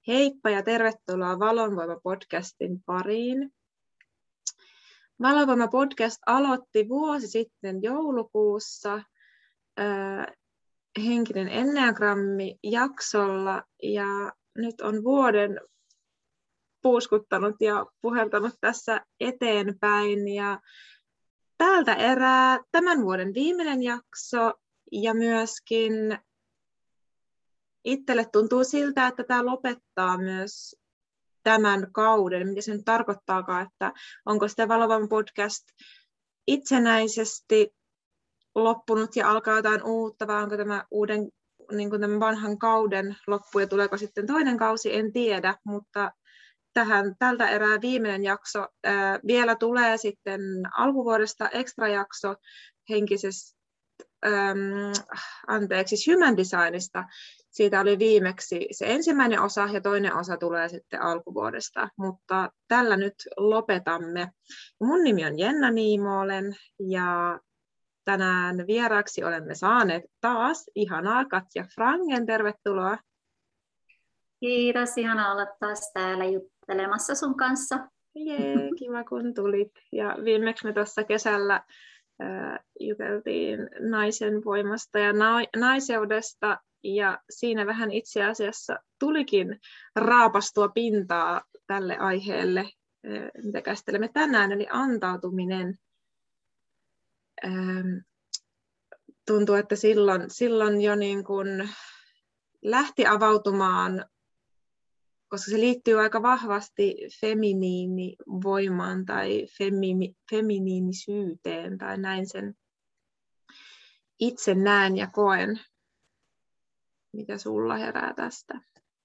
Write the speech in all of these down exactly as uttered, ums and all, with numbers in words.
Heippa ja tervetuloa Valonvoima-podcastin pariin. Valonvoima-podcast aloitti vuosi sitten joulukuussa äh, henkinen enneagrammi jaksolla ja nyt on vuoden puuskuttanut ja puhaltanut tässä eteenpäin. Ja tältä erää tämän vuoden viimeinen jakso ja myöskin itselle tuntuu siltä, että tämä lopettaa myös tämän kauden. Mitä se nyt tarkoittaakaan, että onko sitä Valonvoima podcast itsenäisesti loppunut ja alkaa jotain uutta, vai onko tämä uuden, niin kuin tämän vanhan kauden loppu ja tuleeko sitten toinen kausi, en tiedä, mutta tähän tältä erää viimeinen jakso. Ää, vielä tulee sitten alkuvuodesta extra jakso henkisestä, äm, anteeksi, human designista. Siitä oli viimeksi se ensimmäinen osa ja toinen osa tulee sitten alkuvuodesta, mutta tällä nyt lopetamme. Mun nimi on Jenna Niimolen ja tänään vieraaksi olemme saaneet taas ihanaa Katja Frangen. Tervetuloa. Kiitos, ihana olla taas täällä juttelemassa sun kanssa. Jee, kiva kun tulit. Ja viimeksi me tuossa kesällä äh, juteltiin naisen voimasta ja na- naiseudesta. Ja siinä vähän itse asiassa tulikin raapastua pintaa tälle aiheelle, mitä käsittelemme tänään, eli antautuminen. Tuntuu, että silloin, silloin jo niin kuin lähti avautumaan, koska se liittyy aika vahvasti feminiinivoimaan tai femi- feminiinisyyteen, tai näin sen itse näen ja koen. Mitä sulla herää tästä?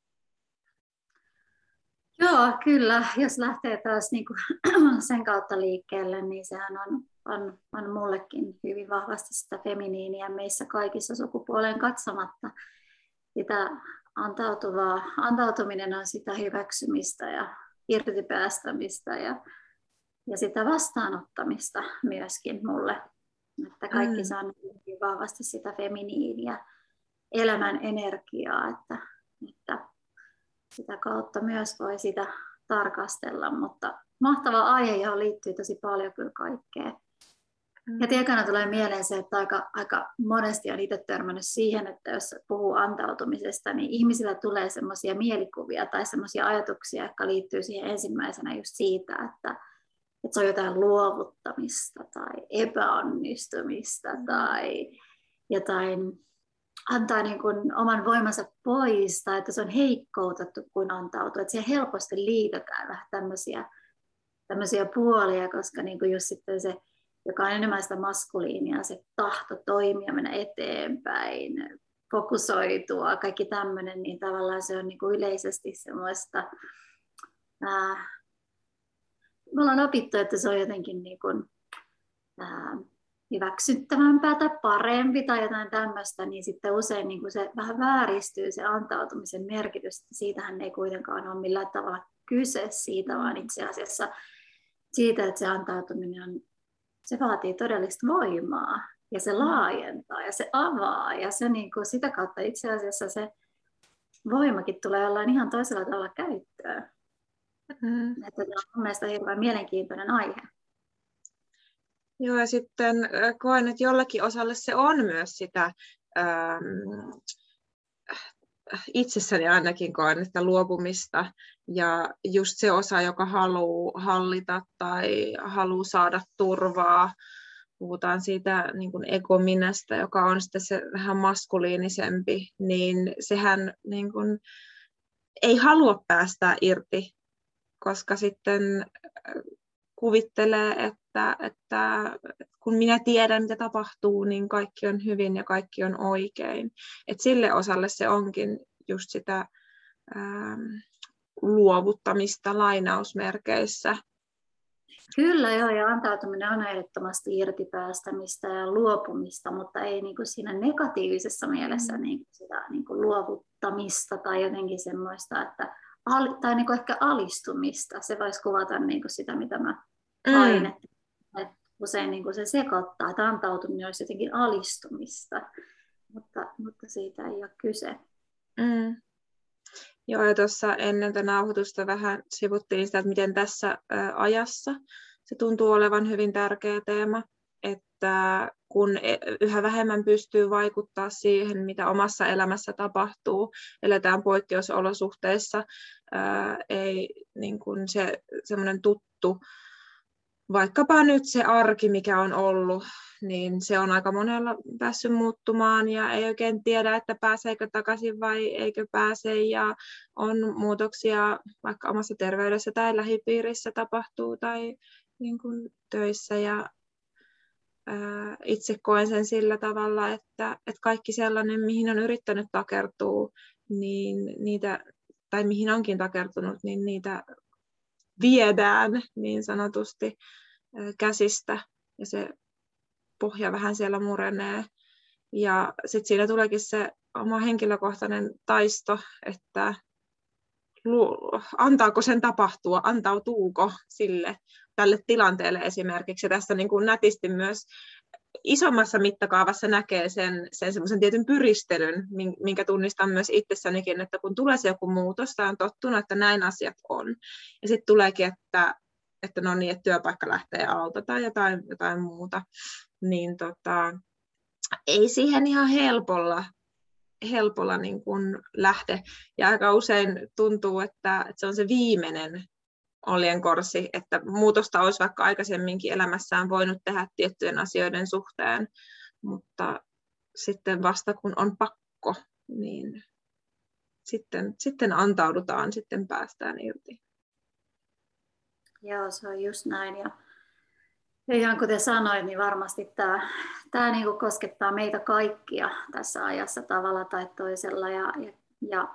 Joo, kyllä. Jos lähtee taas niin kuin sen kautta liikkeelle, niin sehän on, on, on mullekin hyvin vahvasti sitä feminiiniä meissä kaikissa sukupuoleen katsomatta. Sitä antautuvaa, antautuminen on sitä hyväksymistä ja irtipäästämistä ja, ja sitä vastaanottamista myöskin mulle. Että kaikki mm. saa hyvin vahvasti sitä feminiiniä. Elämän energiaa, että, että sitä kautta myös voi sitä tarkastella, mutta mahtava aihe, johon liittyy tosi paljon kyllä kaikkea. Mm. Ja tiekana tulee mieleen se, että aika, aika monesti on itse törmännyt siihen, että jos puhuu antautumisesta, niin ihmisillä tulee semmoisia mielikuvia tai semmoisia ajatuksia, jotka liittyy siihen ensimmäisenä just siitä, että, että se on jotain luovuttamista tai epäonnistumista mm. tai jotain antaa niin kuin oman voimansa pois, tai että se on heikkoutettu kuin antautuu. Että siihen helposti liitetään vähän tämmöisiä, tämmöisiä puolia, koska niin kuin just sitten se, joka on enemmän sitä maskuliinia, se tahto toimia, mennä eteenpäin, fokusoitua, kaikki tämmöinen, niin tavallaan se on niin kuin yleisesti semmoista, ää, me ollaan opittu, että se on jotenkin niin kuin, ää, hyväksyttävämpää tai parempi tai jotain tämmöistä, niin sitten usein niin kuin se vähän vääristyy se antautumisen merkitys. Siitähän ei kuitenkaan ole millään tavalla kyse siitä, vaan itse asiassa siitä, että se antautuminen on, se vaatii todellista voimaa ja se laajentaa ja se avaa ja se niin kuin sitä kautta itse asiassa se voimakin tulee jollain ihan toisella tavalla käyttöön. Mm-hmm. Että tämä on mun mielestä hirveän mielenkiintoinen aihe. Joo, ja sitten koen, että jollakin osalle se on myös sitä, ähm, itsessäni ainakin koen, että luopumista, ja just se osa, joka haluaa hallita tai haluaa saada turvaa, puhutaan siitä niin kuin egominästä, joka on sitten se vähän maskuliinisempi, niin sehän niin kuin ei halua päästää irti, koska sitten kuvittelee, että, että kun minä tiedän, mitä tapahtuu, niin kaikki on hyvin ja kaikki on oikein. Et sille osalle se onkin just sitä ähm, luovuttamista lainausmerkeissä. Kyllä joo, ja antautuminen on ehdottomasti irtipäästämistä ja luopumista, mutta ei niin kuin siinä negatiivisessa mielessä mm. niin kuin sitä niin kuin luovuttamista tai jotenkin semmoista, että tai niin kuin ehkä alistumista. Se voisi kuvata niin kuin sitä, mitä mä hain, mm. että usein niin kuin se sekoittaa, että antautuminen olisi jotenkin alistumista, mutta, mutta siitä ei ole kyse. Mm. Joo, ja tuossa ennen tätä nauhoitusta vähän sivuttiin sitä, että miten tässä ajassa se tuntuu olevan hyvin tärkeä teema, että kun yhä vähemmän pystyy vaikuttaa siihen, mitä omassa elämässä tapahtuu, eletään poikkeusolosuhteissa, ää, ei niin kuin se semmoinen tuttu, vaikkapa nyt se arki, mikä on ollut, niin se on aika monella päässyt muuttumaan ja ei oikein tiedä, että pääseekö takaisin vai eikö pääse, ja on muutoksia vaikka omassa terveydessä tai lähipiirissä tapahtuu tai niin kuin töissä, ja ää, itse koen sen sillä tavalla, että, että kaikki sellainen, mihin on yrittänyt takertua, niin niitä, tai mihin onkin takertunut, niin niitä viedään niin sanotusti käsistä, ja se pohja vähän siellä murenee. Ja sitten siinä tuleekin se oma henkilökohtainen taisto, että antaako sen tapahtua, antautuuko sille tälle tilanteelle esimerkiksi. Ja tässä niin kuin nätisti myös isommassa mittakaavassa näkee sen, sen semmoisen tietyn pyristelyn, minkä tunnistan myös itsessänikin, että kun tulee se joku muutos, tai on tottunut, että näin asiat on. Ja sitten tuleekin, että, että no niin, että työpaikka lähtee alta tai jotain, jotain muuta, niin tota, ei siihen ihan helpolla, helpolla niin kuin lähde. Ja aika usein tuntuu, että, että se on se viimeinen oljenkorsi, että muutosta olisi vaikka aikaisemminkin elämässään voinut tehdä tiettyjen asioiden suhteen, mutta sitten vasta kun on pakko, niin sitten, sitten antaudutaan, sitten päästään irti. Joo, se on just näin. Ja, ja ihan kuten sanoit, niin varmasti tämä, tämä niin kuin koskettaa meitä kaikkia tässä ajassa tavalla tai toisella. Ja, ja, ja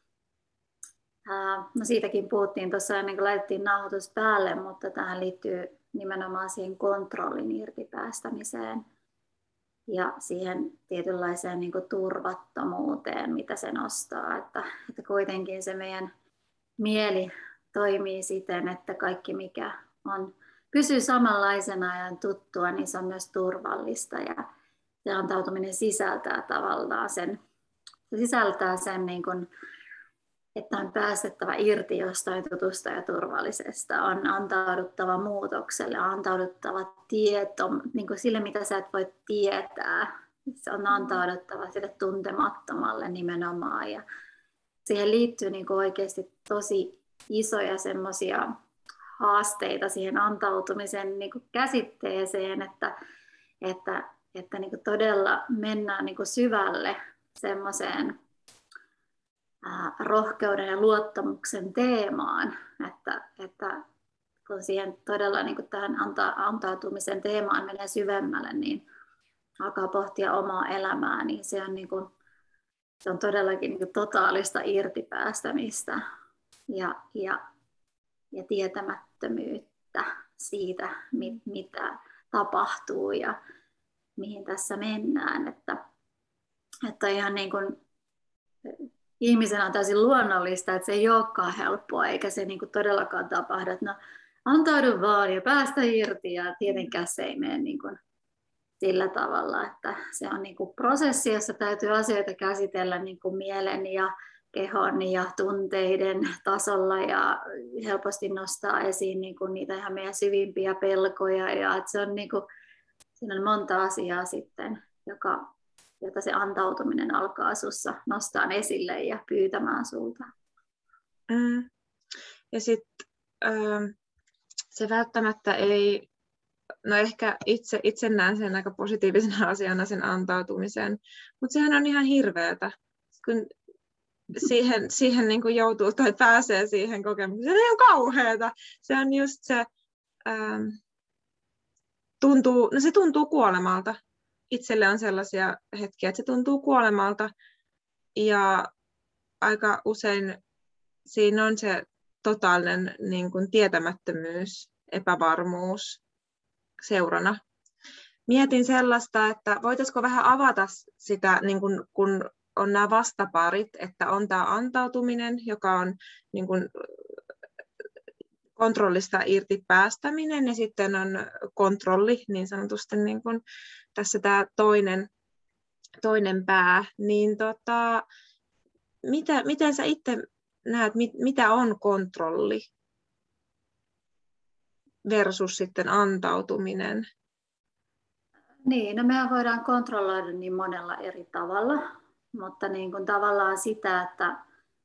no siitäkin puhuttiin tuossa ennen kuin laitettiin nauhoitus päälle, mutta tähän liittyy nimenomaan siihen kontrollin irtipäästämiseen ja siihen tietynlaiseen niin kuin turvattomuuteen, mitä se nostaa. Että, että kuitenkin se meidän mieli toimii siten, että kaikki mikä on, pysyy samanlaisena ja tuttua, niin se on myös turvallista. Ja se antautuminen sisältää tavallaan sen, se sisältää sen niin kuin, että on päästettävä irti jostain tutusta ja turvallisesta, on antauduttava muutokselle, antauduttava tieto, niin kuin sille, mitä sä et voi tietää. Se on antauduttava sille tuntemattomalle nimenomaan. Ja siihen liittyy niin kuin oikeasti tosi isoja semmoisia haasteita siihen antautumisen niin kuin käsitteeseen, että, että, että niin kuin todella mennään niin kuin syvälle semmoiseen rohkeuden ja luottamuksen teemaan, että, että kun siihen todella niin kuin tähän anta, antautumisen teemaan menee syvemmälle, niin alkaa pohtia omaa elämää, niin se on, niin kuin, se on todellakin niin kuin totaalista irtipäästämistä ja, ja, ja tietämättömyyttä siitä, mit, mitä tapahtuu ja mihin tässä mennään. Että, että ihan niin kuin ihmisenä on täysin luonnollista, että se ei olekaan helppoa, eikä se niin kuin todellakaan tapahdu, että no antaudu vaan ja päästä irti, ja tietenkään se ei mene niin kuin sillä tavalla, että se on niin kuin prosessi, jossa täytyy asioita käsitellä niin kuin mielen ja kehon ja tunteiden tasolla ja helposti nostaa esiin niin kuin niitä ihan meidän syvimpiä pelkoja, ja että se on niin kuin, siinä on monta asiaa sitten, joka jota se antautuminen alkaa sussa nostaa esille ja pyytämään sulta. Mm. Ja sitten äh, se välttämättä ei, no ehkä itse, itse näen sen aika positiivisena asiana sen antautumisen, mutta sehän on ihan hirveätä, kun siihen, siihen niin kuin joutuu tai pääsee siihen kokemukseen. Se on ihan kauheata. Se on just se, äh, tuntuu, no se tuntuu kuolemalta. Itselle on sellaisia hetkiä, että se tuntuu kuolemalta, ja aika usein siinä on se totaalinen niin kuin tietämättömyys, epävarmuus seurana. Mietin sellaista, että voitaisiko vähän avata sitä, niin kuin, kun on nämä vastaparit, että on tämä antautuminen, joka on niin kuin kontrollista irti päästäminen, ja sitten on kontrolli, niin sanotusti niin kuin tässä tämä toinen, toinen pää, niin tota, mitä, miten sä itse näet, mit, mitä on kontrolli versus sitten antautuminen? Niin, no mehän voidaan kontrolloida niin monella eri tavalla, mutta niin kuin tavallaan sitä, että,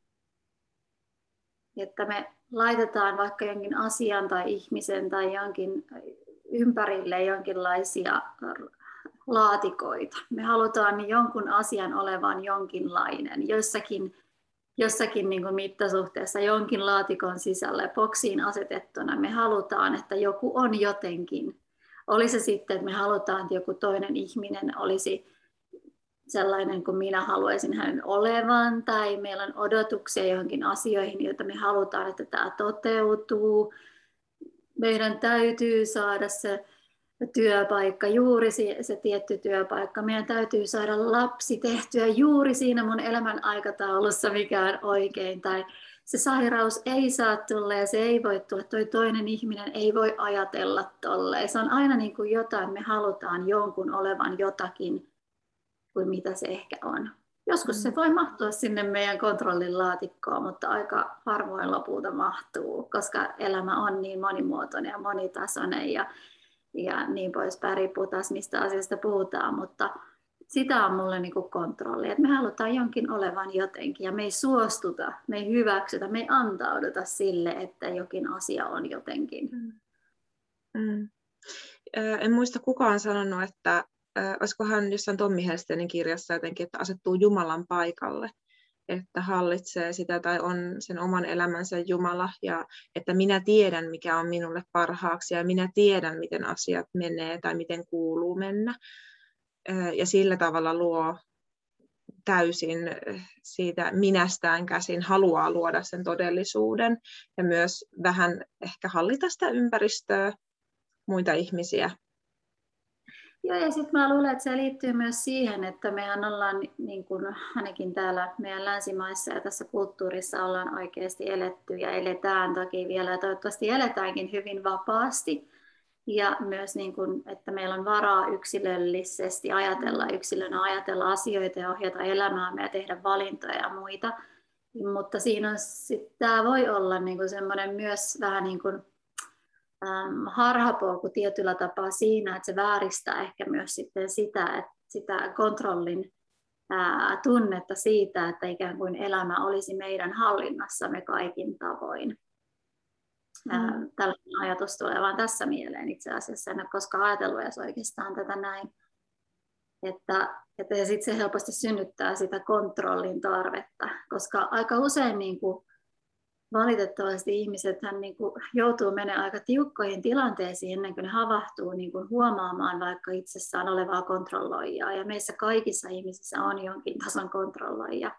että me laitetaan vaikka jonkin asian tai ihmisen tai jonkin ympärille jonkinlaisia laatikoita. Me halutaan jonkun asian olevan jonkinlainen, jossakin, jossakin niin kuin mittasuhteessa jonkin laatikon sisällä boksiin asetettuna. Me halutaan, että joku on jotenkin. Oli se sitten, että me halutaan, että joku toinen ihminen olisi sellainen kuin minä haluaisin hänen olevan, tai meillä on odotuksia johonkin asioihin, joita me halutaan, että tämä toteutuu. Meidän täytyy saada se työpaikka, juuri se, se tietty työpaikka. Meidän täytyy saada lapsi tehtyä juuri siinä mun elämän aikataulussa, mikä on oikein. Tai se sairaus ei saa tulla ja se ei voi tulla. Toi toinen ihminen ei voi ajatella tolleen. Se on aina niin kuin jotain, me halutaan jonkun olevan jotakin kuin mitä se ehkä on. Joskus se voi mahtua sinne meidän kontrollin laatikkoon, mutta aika harvoin lopulta mahtuu, koska elämä on niin monimuotoinen ja monitasoinen ja ja niin poispäin, riippuu taas mistä asiasta puhutaan, mutta sitä on mulle niin kuin kontrolli, että me halutaan jonkin olevan jotenkin ja me ei suostuta, me ei hyväksytä, me ei antauduta sille, että jokin asia on jotenkin. Mm. Mm. En muista kukaan sanonut, että äh, olisikohan jossain Tommi Helstenin kirjassa jotenkin, että asettuu Jumalan paikalle, että hallitsee sitä tai on sen oman elämänsä Jumala ja että minä tiedän, mikä on minulle parhaaksi ja minä tiedän, miten asiat menee tai miten kuuluu mennä. Ja sillä tavalla luo täysin siitä minästään käsin, haluaa luoda sen todellisuuden ja myös vähän ehkä hallita sitä ympäristöä, muita ihmisiä. Joo, ja sitten mä luulen, että se liittyy myös siihen, että mehän ollaan, niin kuin ainakin täällä meidän länsimaissa ja tässä kulttuurissa ollaan oikeasti eletty ja eletään toki vielä ja toivottavasti eletäänkin hyvin vapaasti. Ja myös, niin kuin, että meillä on varaa yksilöllisesti ajatella yksilönä, ajatella asioita ja ohjata elämäämme ja tehdä valintoja ja muita. Mutta siinä on, sit, tämä voi olla niin kuin semmoinen myös vähän niin kuin harhapolku tietyllä tapaa siinä, että se vääristää ehkä myös sitten sitä, että sitä kontrollin ää, tunnetta siitä, että ikään kuin elämä olisi meidän hallinnassamme kaikin tavoin. Ää, mm. Tällainen ajatus tulee vaan tässä mieleen itse asiassa, en ole koskaan ajatellut edes oikeastaan tätä näin. Että, että ja sitten se helposti synnyttää sitä kontrollin tarvetta, koska aika usein niin kuin valitettavasti ihmiset niin kuin joutuu menemään aika tiukkoihin tilanteisiin ennen kuin ne havahtuu niin kuin huomaamaan vaikka itsessään olevaa kontrolloijaa. Ja meissä kaikissa ihmisissä on jonkin tason kontrolloija.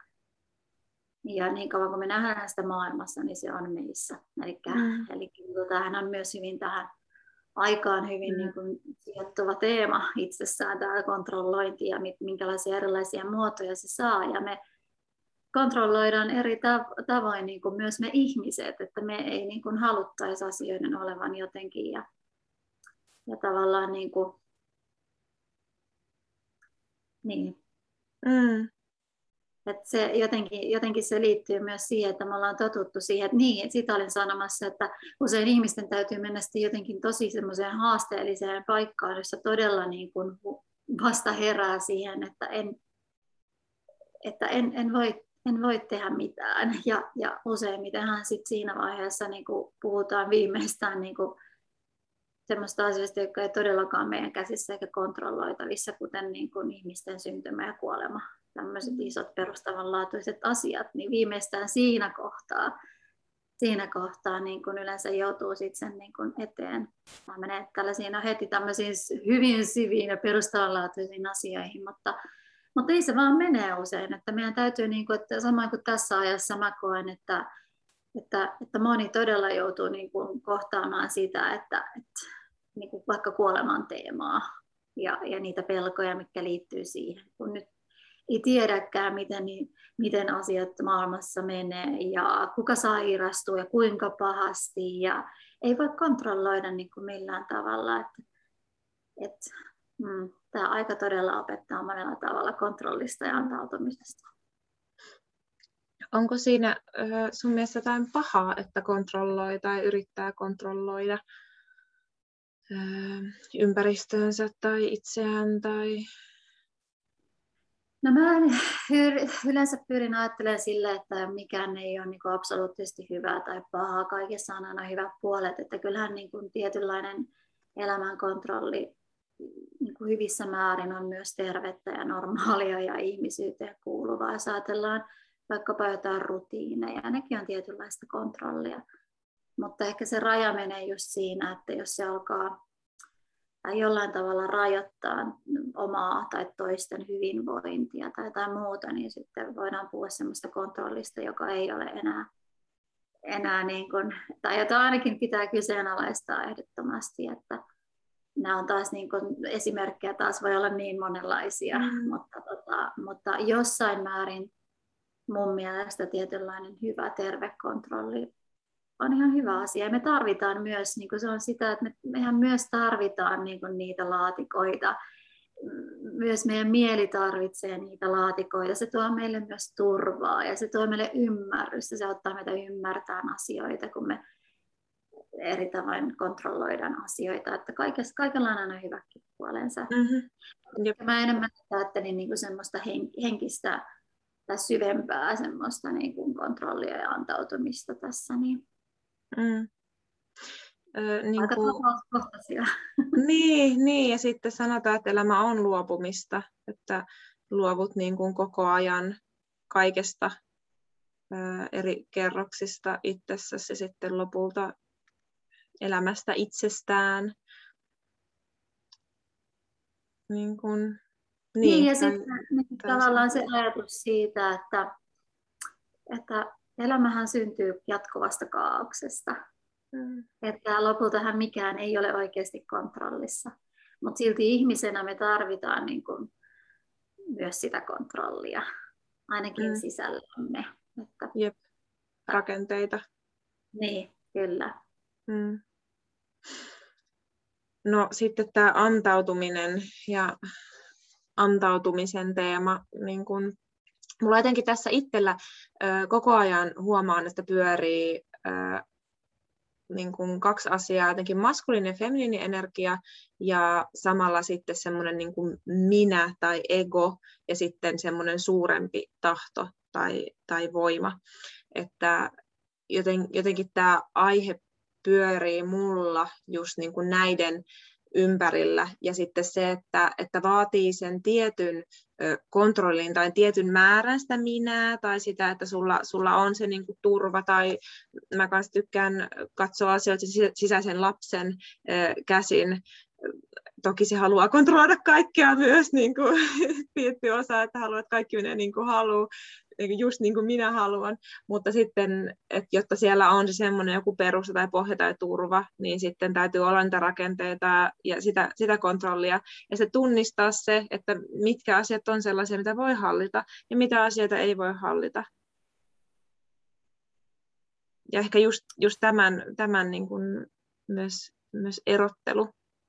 Ja niin kauan kun me nähdään sitä maailmassa, niin se on meissä. Elikkä, mm. eli tämähän on myös hyvin tähän aikaan hyvin mm. niin kuin sijoittuva teema itsessään, tämä kontrollointi ja minkälaisia erilaisia muotoja se saa. Ja me kontrolloidaan eri tavoin niin kuin myös me ihmiset, että me ei niin kuin haluttaisi asioiden olevan jotenkin ja, ja tavallaan niin kuin, niin. Mm. Että se jotenkin, jotenkin se liittyy myös siihen, että me ollaan totuttu siihen, että niin, sitä olin sanomassa, että usein ihmisten täytyy mennä sitten jotenkin tosi semmoiseen haasteelliseen paikkaan, jossa todella niin kuin vasta herää siihen, että en, että en, en voi En voi tehdä mitään. Ja, ja useimmitenhan sit siinä vaiheessa niin kuin puhutaan viimeistään niin kuin semmoista asioista, jotka ei todellakaan meidän käsissä eikä kontrolloitavissa, kuten niin kuin ihmisten syntymä ja kuolema. Tämmöiset isot perustavanlaatuiset asiat, niin viimeistään siinä kohtaa, siinä kohtaa niin kuin yleensä joutuu sit sen niin kuin eteen. Mä menen tällaisiin heti tämmöisiin hyvin syviin ja perustavanlaatuisiin asioihin, mutta Mutta ei se vaan mene usein, että meidän täytyy, niin kuin, että samoin kuin tässä ajassa mä koen, että, että, että moni todella joutuu niin kuin kohtaamaan sitä, että, että niin kuin vaikka kuoleman teemaa ja, ja niitä pelkoja, mitkä liittyy siihen, kun nyt ei tiedäkään, miten, niin, miten asiat maailmassa menee ja kuka sairastuu ja kuinka pahasti ja ei voi kontrolloida niin kuin millään tavalla, että, että mm, tämä aika todella opettaa monella tavalla kontrollista ja antautumisesta. onko siinä sun mielestä jotain pahaa, että kontrolloi tai yrittää kontrolloida ympäristöönsä tai itseään? Tai... No mä yleensä pyrin ajattelemaan sille, että mikään ei ole niin kuin absoluuttisesti hyvää tai pahaa. Kaikessa on aina hyvät puolet. Että kyllähän niin kuin tietynlainen elämänkontrolli niin kuin hyvissä määrin on myös tervettä ja normaalia ja ihmisyyteen kuuluvaa. Jos ajatellaan vaikkapa jotain rutiineja, nekin on tietynlaista kontrollia. Mutta ehkä se raja menee just siinä, että jos se alkaa jollain tavalla rajoittaa omaa tai toisten hyvinvointia tai jotain muuta, niin sitten voidaan puhua sellaista kontrollista, joka ei ole enää, enää niin kuin, tai jota ainakin pitää kyseenalaistaa ehdottomasti, että nämä on taas niin kuin, esimerkkejä taas voi olla niin monenlaisia, mm. mutta, tota, mutta jossain määrin mun mielestä tietynlainen hyvä terve kontrolli on ihan hyvä asia. Ja me tarvitaan myös, niin kuin se on sitä, että me, mehän myös tarvitaan niin kuin niitä laatikoita. Myös meidän mieli tarvitsee niitä laatikoita. Se tuo meille myös turvaa ja se tuo meille ymmärrystä. Se auttaa meitä ymmärtämään asioita, kun me eri tavoin kontrolloidaan asioita. Että kaikessa, kaikella on aina hyväkin puolensa. Mm-hmm. Mä enemmän ajattelin niin kuin semmoista henkistä tai syvempää semmoista niin kuin kontrollia ja antautumista tässä. Niin. Mm. Ö, niin Aika kuin... tapauskohtaisia. Niin, niin, ja sitten sanotaan, että elämä on luopumista, että luovut niin kuin koko ajan kaikesta ö, eri kerroksista itsessäsi ja sitten lopulta elämästä itsestään. Niin, kuin, niin, niin ja sitten niin, tavallaan se ajatus siitä, että, että elämähän syntyy jatkuvasta kaauksesta. Mm. Että lopultahan mikään ei ole oikeasti kontrollissa. Mutta silti ihmisenä me tarvitaan niin kun myös sitä kontrollia, ainakin mm. sisällämme. Että... Jep, rakenteita. Niin, kyllä. Mm. No sitten tämä antautuminen ja antautumisen teema, niin kun mulla jotenkin tässä itsellä ö, koko ajan huomaan, että pyörii ö, niin kuin kaksi asiaa, jotenkin maskuliininen ja feminiininen energia ja samalla sitten semmoinen niin kuin minä tai ego ja sitten semmoinen suurempi tahto tai, tai voima. Että joten, jotenkin tämä aihe pyörii mulla just niin kuin näiden ympärillä ja sitten se, että, että vaatii sen tietyn ö, kontrollin tai tietyn määrän sitä minää tai sitä, että sulla, sulla on se niin kuin turva tai mä kanssa tykkään katsoa asioita sisäisen lapsen ö, käsin. Toki se haluaa kontrolloida kaikkea myös niin kuin, tietty osa, että haluaa, että kaikki menee niin kuin haluaa, just niin kuin minä haluan, mutta sitten, että jotta siellä on se semmoinen joku perusta tai pohja tai turva, niin sitten täytyy olla niitä rakenteita ja sitä, sitä kontrollia, ja se tunnistaa se, että mitkä asiat on sellaisia, mitä voi hallita, ja mitä asioita ei voi hallita. Ja ehkä just, just tämän, tämän niin kuin myös, myös erottelu.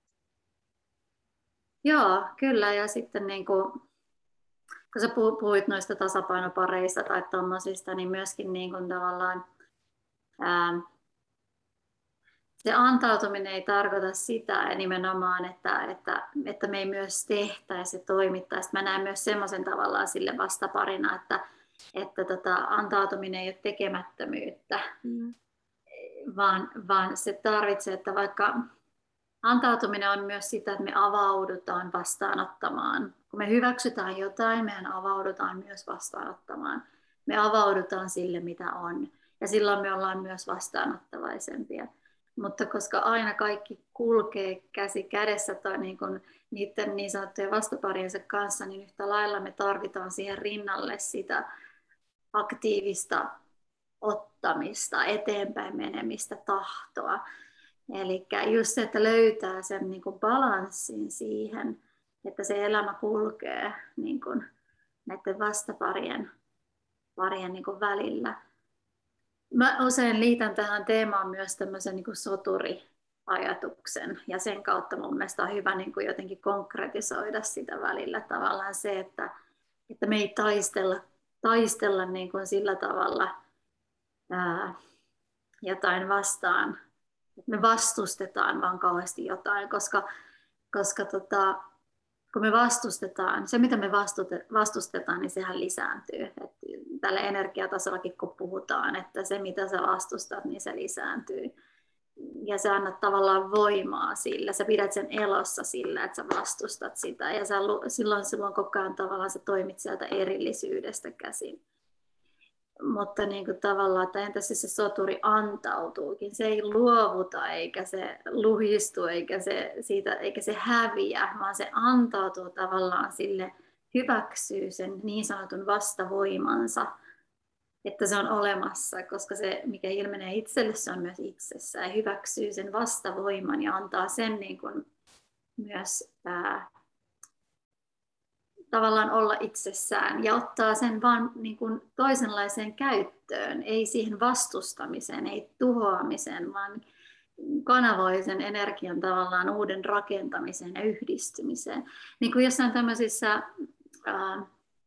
Joo, kyllä, ja sitten niin kuin kun sä puhuit noista tasapainopareista tai tommosista, niin myöskin niin kuin tavallaan ää, se antautuminen ei tarkoita sitä nimenomaan, että, että, että me ei myös tehtäisi ja toimittaisi. Mä näen myös semmoisen tavallaan sille vastaparina, että, että tota, antautuminen ei ole tekemättömyyttä, mm. vaan, vaan se tarvitsee, että vaikka antautuminen on myös sitä, että me avaudutaan vastaanottamaan. Kun me hyväksytään jotain, mehän avaudutaan myös vastaanottamaan. Me avaudutaan sille, mitä on. Ja silloin me ollaan myös vastaanottavaisempia. Mutta koska aina kaikki kulkee käsi kädessä tai niin kuin niiden niin sanottujen vastapariensa kanssa, niin yhtä lailla me tarvitaan siihen rinnalle sitä aktiivista ottamista, eteenpäin menemistä, tahtoa. Eli just se, että löytää sen niin kuin balanssin siihen, että se elämä kulkee niin kuin näiden vastaparien parien niin kuin välillä. Mä usein liitän tähän teemaan myös tämmöisen niin kuin soturiajatuksen, ja sen kautta mun mielestä on hyvä niin kuin jotenkin konkretisoida sitä välillä tavallaan se, että, että me ei taistella taistella niin kuin sillä tavalla ää, jotain vastaan. Me vastustetaan vaan kauheasti jotain, koska, koska tota, kun me vastustetaan, se mitä me vastustetaan, niin sehän lisääntyy. Et tällä energiatasollakin kun puhutaan, että se mitä sä vastustat, niin se lisääntyy. Ja sä annat tavallaan voimaa sillä, sä pidät sen elossa sillä, että sä vastustat sitä. Ja sä, silloin, silloin koko ajan tavallaan sä toimit sieltä erillisyydestä käsin. Mutta niin kuin tavallaan, että entä siis se soturi antautuukin, se ei luovuta eikä se luhistu eikä se, siitä, eikä se häviä, vaan se antautuu tavallaan sille, hyväksyy sen niin sanotun vastavoimansa, että se on olemassa, koska se mikä ilmenee itselle, se on myös itsessä ja hyväksyy sen vastavoiman ja antaa sen niin kuin myös ää, tavallaan olla itsessään ja ottaa sen vaan niin kuin toisenlaiseen käyttöön, ei siihen vastustamiseen, ei tuhoamiseen, vaan kanavoi sen energian tavallaan uuden rakentamiseen ja yhdistymiseen. Niin kuin jossain tämmöisissä ää,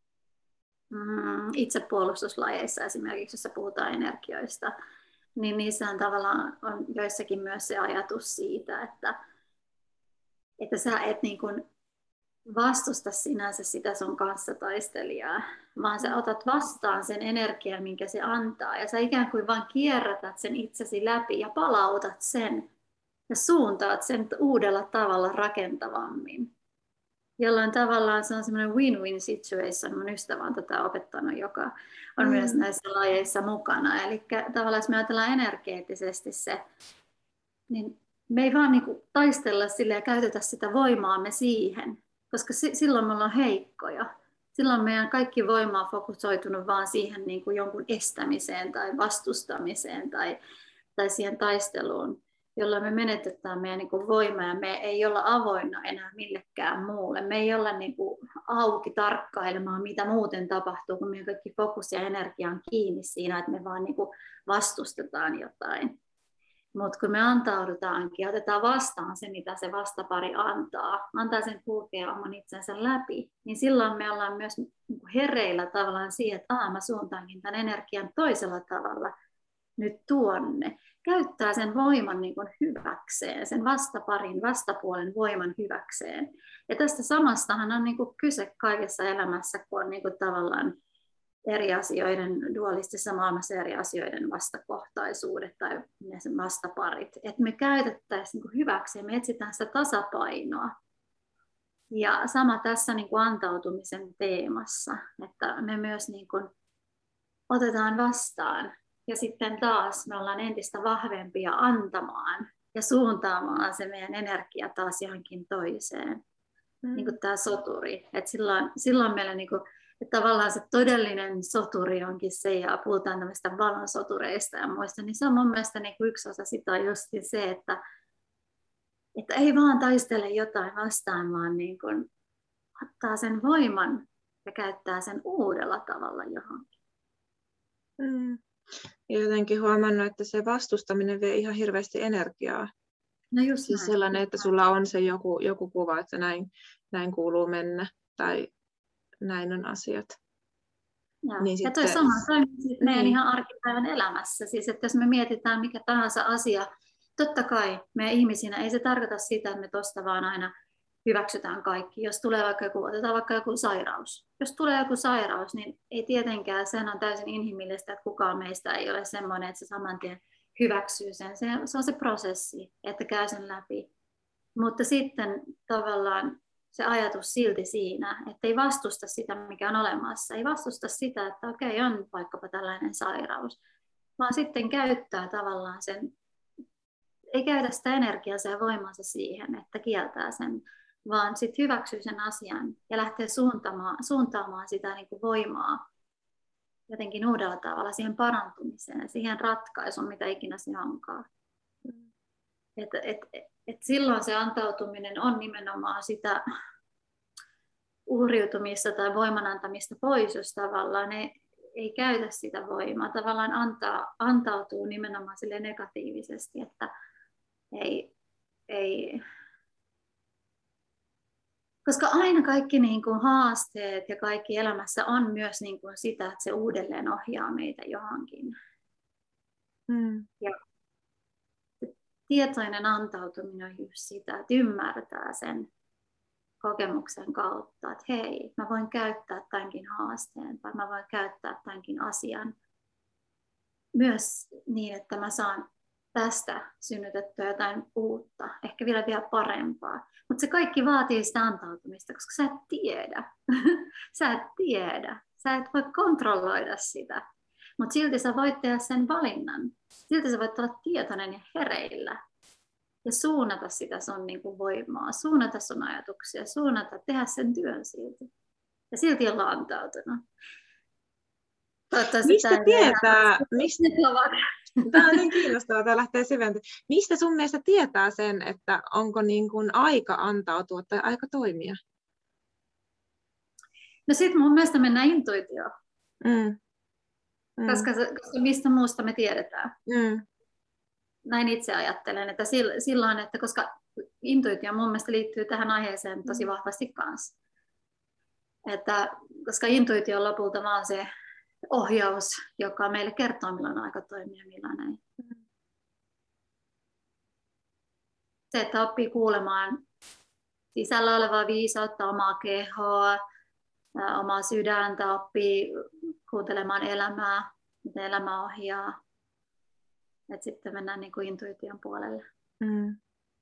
mm, itsepuolustuslajeissa esimerkiksi, jossa puhutaan energioista, niin niissähän tavallaan on joissakin myös se ajatus siitä, että, että sä et niin kuin vastusta sinänsä sitä sun kanssataistelijaa, vaan sä otat vastaan sen energian, minkä se antaa, ja sä ikään kuin vaan kierrätät sen itsesi läpi ja palautat sen ja suuntaat sen uudella tavalla rakentavammin. Jollain tavallaan se on semmoinen win-win situation. Mun ystävä on tätä opettanut, joka on mm. myös näissä lajeissa mukana. Eli tavallaan jos me ajatellaan energeettisesti se, niin me ei vaan niinku taistella sille ja käytetä sitä voimaamme siihen, koska silloin me ollaan heikkoja. Silloin meidän kaikki voima on fokusoitunut vaan siihen niin kuin jonkun estämiseen tai vastustamiseen tai, tai siihen taisteluun, jolloin me menetetään meidän niin kuin voimaa ja me ei olla avoinna enää millekään muulle. Me ei olla niin kuin auki tarkkailemaan, mitä muuten tapahtuu, kun meidän kaikki fokus ja energia on kiinni siinä, että me vaan niin kuin vastustetaan jotain. Mutta kun me antaudutaankin ja otetaan vastaan se, mitä se vastapari antaa, antaa sen kulkea oman itsensä läpi, niin silloin me ollaan myös hereillä tavallaan siihen, että Aa, mä suuntaankin tämän energian toisella tavalla nyt tuonne. Käyttää sen voiman niin kuin hyväkseen, sen vastaparin, vastapuolen voiman hyväkseen. Ja tästä samastahan on niin kuin kyse kaikessa elämässä, kun on niin kuin tavallaan eri asioiden, dualistisessa maailmassa eri asioiden vastakohtaisuudet tai ne vastaparit. Että me käytettäisiin niin hyväksi ja me etsitään sitä tasapainoa. Ja sama tässä niin kuin antautumisen teemassa, että me myös niin kuin otetaan vastaan ja sitten taas me ollaan entistä vahvempia antamaan ja suuntaamaan se meidän energia taas johonkin toiseen. Mm. Niin kuin tämä soturi. Että silloin, silloin meillä niin kuin että tavallaan se todellinen soturi onkin se, ja puhutaan tämmöistä valonsotureista ja muista, niin se on mun mielestä niin kuin yksi osa sitä just se, että, että ei vaan taistele jotain vastaan, vaan niin kuin ottaa sen voiman ja käyttää sen uudella tavalla johonkin. Mm. Ja jotenkin huomannut, että se vastustaminen vie ihan hirveästi energiaa. No just siis näin. sellainen, että sulla on se joku, joku kuva, että näin, näin kuuluu mennä, tai näin on asiat. Joo. Niin ja toi sitten, sama toimii meidän niin. ihan arkipäivän elämässä. Siis, että jos me mietitään mikä tahansa asia, totta kai me ihmisinä, ei se tarkoita sitä, että me tuosta vaan aina hyväksytään kaikki. Jos tulee vaikka joku, otetaan vaikka joku sairaus. Jos tulee joku sairaus, niin ei tietenkään, sen on täysin inhimillistä, että kukaan meistä ei ole semmoinen, että se saman tien hyväksyy sen. Se, se on se prosessi, että käy sen läpi. Mutta sitten tavallaan se ajatus silti siinä, että ei vastusta sitä, mikä on olemassa. Ei vastusta sitä, että okei, on vaikkapa tällainen sairaus, vaan sitten käyttää tavallaan sen, ei käytä sitä energiansa ja voimansa siihen, että kieltää sen, vaan sitten hyväksyy sen asian ja lähtee suuntaamaan, suuntaamaan sitä niin kuin voimaa jotenkin uudella tavalla siihen parantumiseen, siihen ratkaisuun, mitä ikinä se onkaan. Et, et, et silloin se antautuminen on nimenomaan sitä uhriutumista tai voiman antamista pois, jos tavallaan ei, ei käytä sitä voimaa. Tavallaan antaa, antautuu nimenomaan sille negatiivisesti, että ei, ei... Koska aina kaikki niin kuin haasteet ja kaikki elämässä on myös niin kuin sitä, että se uudelleen ohjaa meitä johonkin. Mm. Ja tietoinen antautuminen on just sitä, että ymmärtää sen kokemuksen kautta, että hei, mä voin käyttää tämänkin haasteen tai mä voin käyttää tämänkin asian myös niin, että mä saan tästä synnytettyä jotain uutta, ehkä vielä vielä parempaa. Mutta se kaikki vaatii sitä antautumista, koska sä et tiedä. Sä et tiedä. Sä et voi kontrolloida sitä. Mutta silti sä voit tehdä sen valinnan. Silti sä voit olla tietoinen ja hereillä. Ja suunnata sitä sun niinku voimaa, suunnata sun ajatuksia, suunnata, tehdä sen työn silti. Ja silti olla antautunut. Mistä tietää, mistä, tämä on niin kiinnostavaa, tämä lähtee syventämään. Mistä sun mielestä tietää sen, että onko niin kuin aika antautua tai aika toimia? No sit mun mielestä mennään intuitioon. Mm. Mm. Koska, koska mistä muusta me tiedetään. Mm. Näin itse ajattelen, että silloin, että koska intuitio mun mielestä liittyy tähän aiheeseen tosi vahvasti kanssa. Että, koska intuitio on lopulta vaan se ohjaus, joka meille kertoo, milloin on aika toimia, milloin ei. Se, että oppii kuulemaan sisällä olevaa viisautta, omaa kehoa, omaa sydäntä, oppii kuuntelemaan elämää, miten elämä ohjaa. Et sitten mennään niin kuin intuition puolelle. Mm.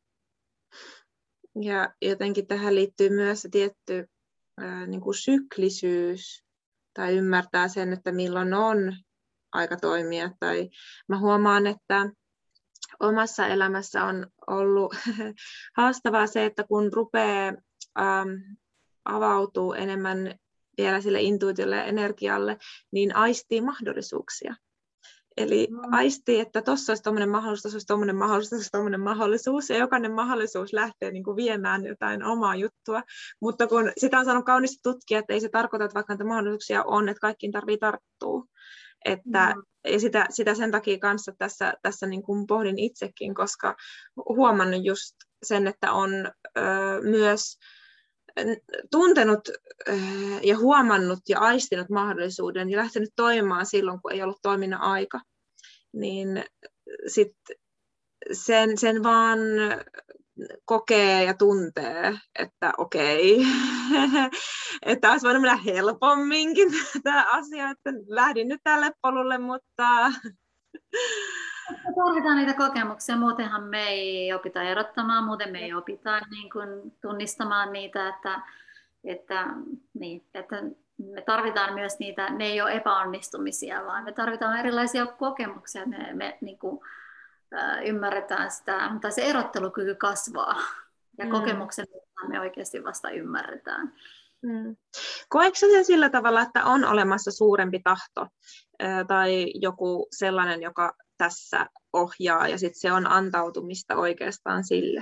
Ja jotenkin tähän liittyy myös se tietty ää, niin kuin syklisyys, tai ymmärtää sen, että milloin on aika toimia. Tai mä huomaan, että omassa elämässä on ollut haastavaa se, että kun rupeaa ähm, avautuu enemmän vielä sille intuitiolle ja energialle, niin aistii mahdollisuuksia. Eli mm. aistii, että tuossa olisi tuommoinen mahdollisuus, tuossa olisi tuommoinen mahdollisuus, tuossa olisi tuommoinen mahdollisuus, ja jokainen mahdollisuus lähtee niin kuin viemään jotain omaa juttua. Mutta kun sitä on saanut kauniisti tutkia, että ei se tarkoita, että vaikka näitä mahdollisuuksia on, että kaikkiin tarvitsee tarttua. Että, mm. Ja sitä, sitä sen takia kanssa tässä, tässä niin kuin pohdin itsekin, koska huomannut just sen, että on ö, myös tuntenut ja huomannut ja aistinut mahdollisuuden ja lähtenyt toimimaan silloin, kun ei ollut toiminnan aika, niin sit sen, sen vaan kokee ja tuntee, että okei, että olisi voinut mennä helpomminkin tämä asia, että lähdin nyt tälle polulle, mutta tarvitaan niitä kokemuksia, muutenhan me ei opita erottamaan, muuten me ei opita niin kuin tunnistamaan niitä, että, että, niin, että me tarvitaan myös niitä, ne ei ole epäonnistumisia, vaan me tarvitaan erilaisia kokemuksia, me, me niin kuin, äh, ymmärretään sitä, tai se erottelukyky kasvaa, ja mm. kokemuksen me oikeasti vasta ymmärretään. Mm. Koetko sen sillä tavalla, että on olemassa suurempi tahto äh, tai joku sellainen, joka tässä ohjaa, ja sitten se on antautumista oikeastaan sille?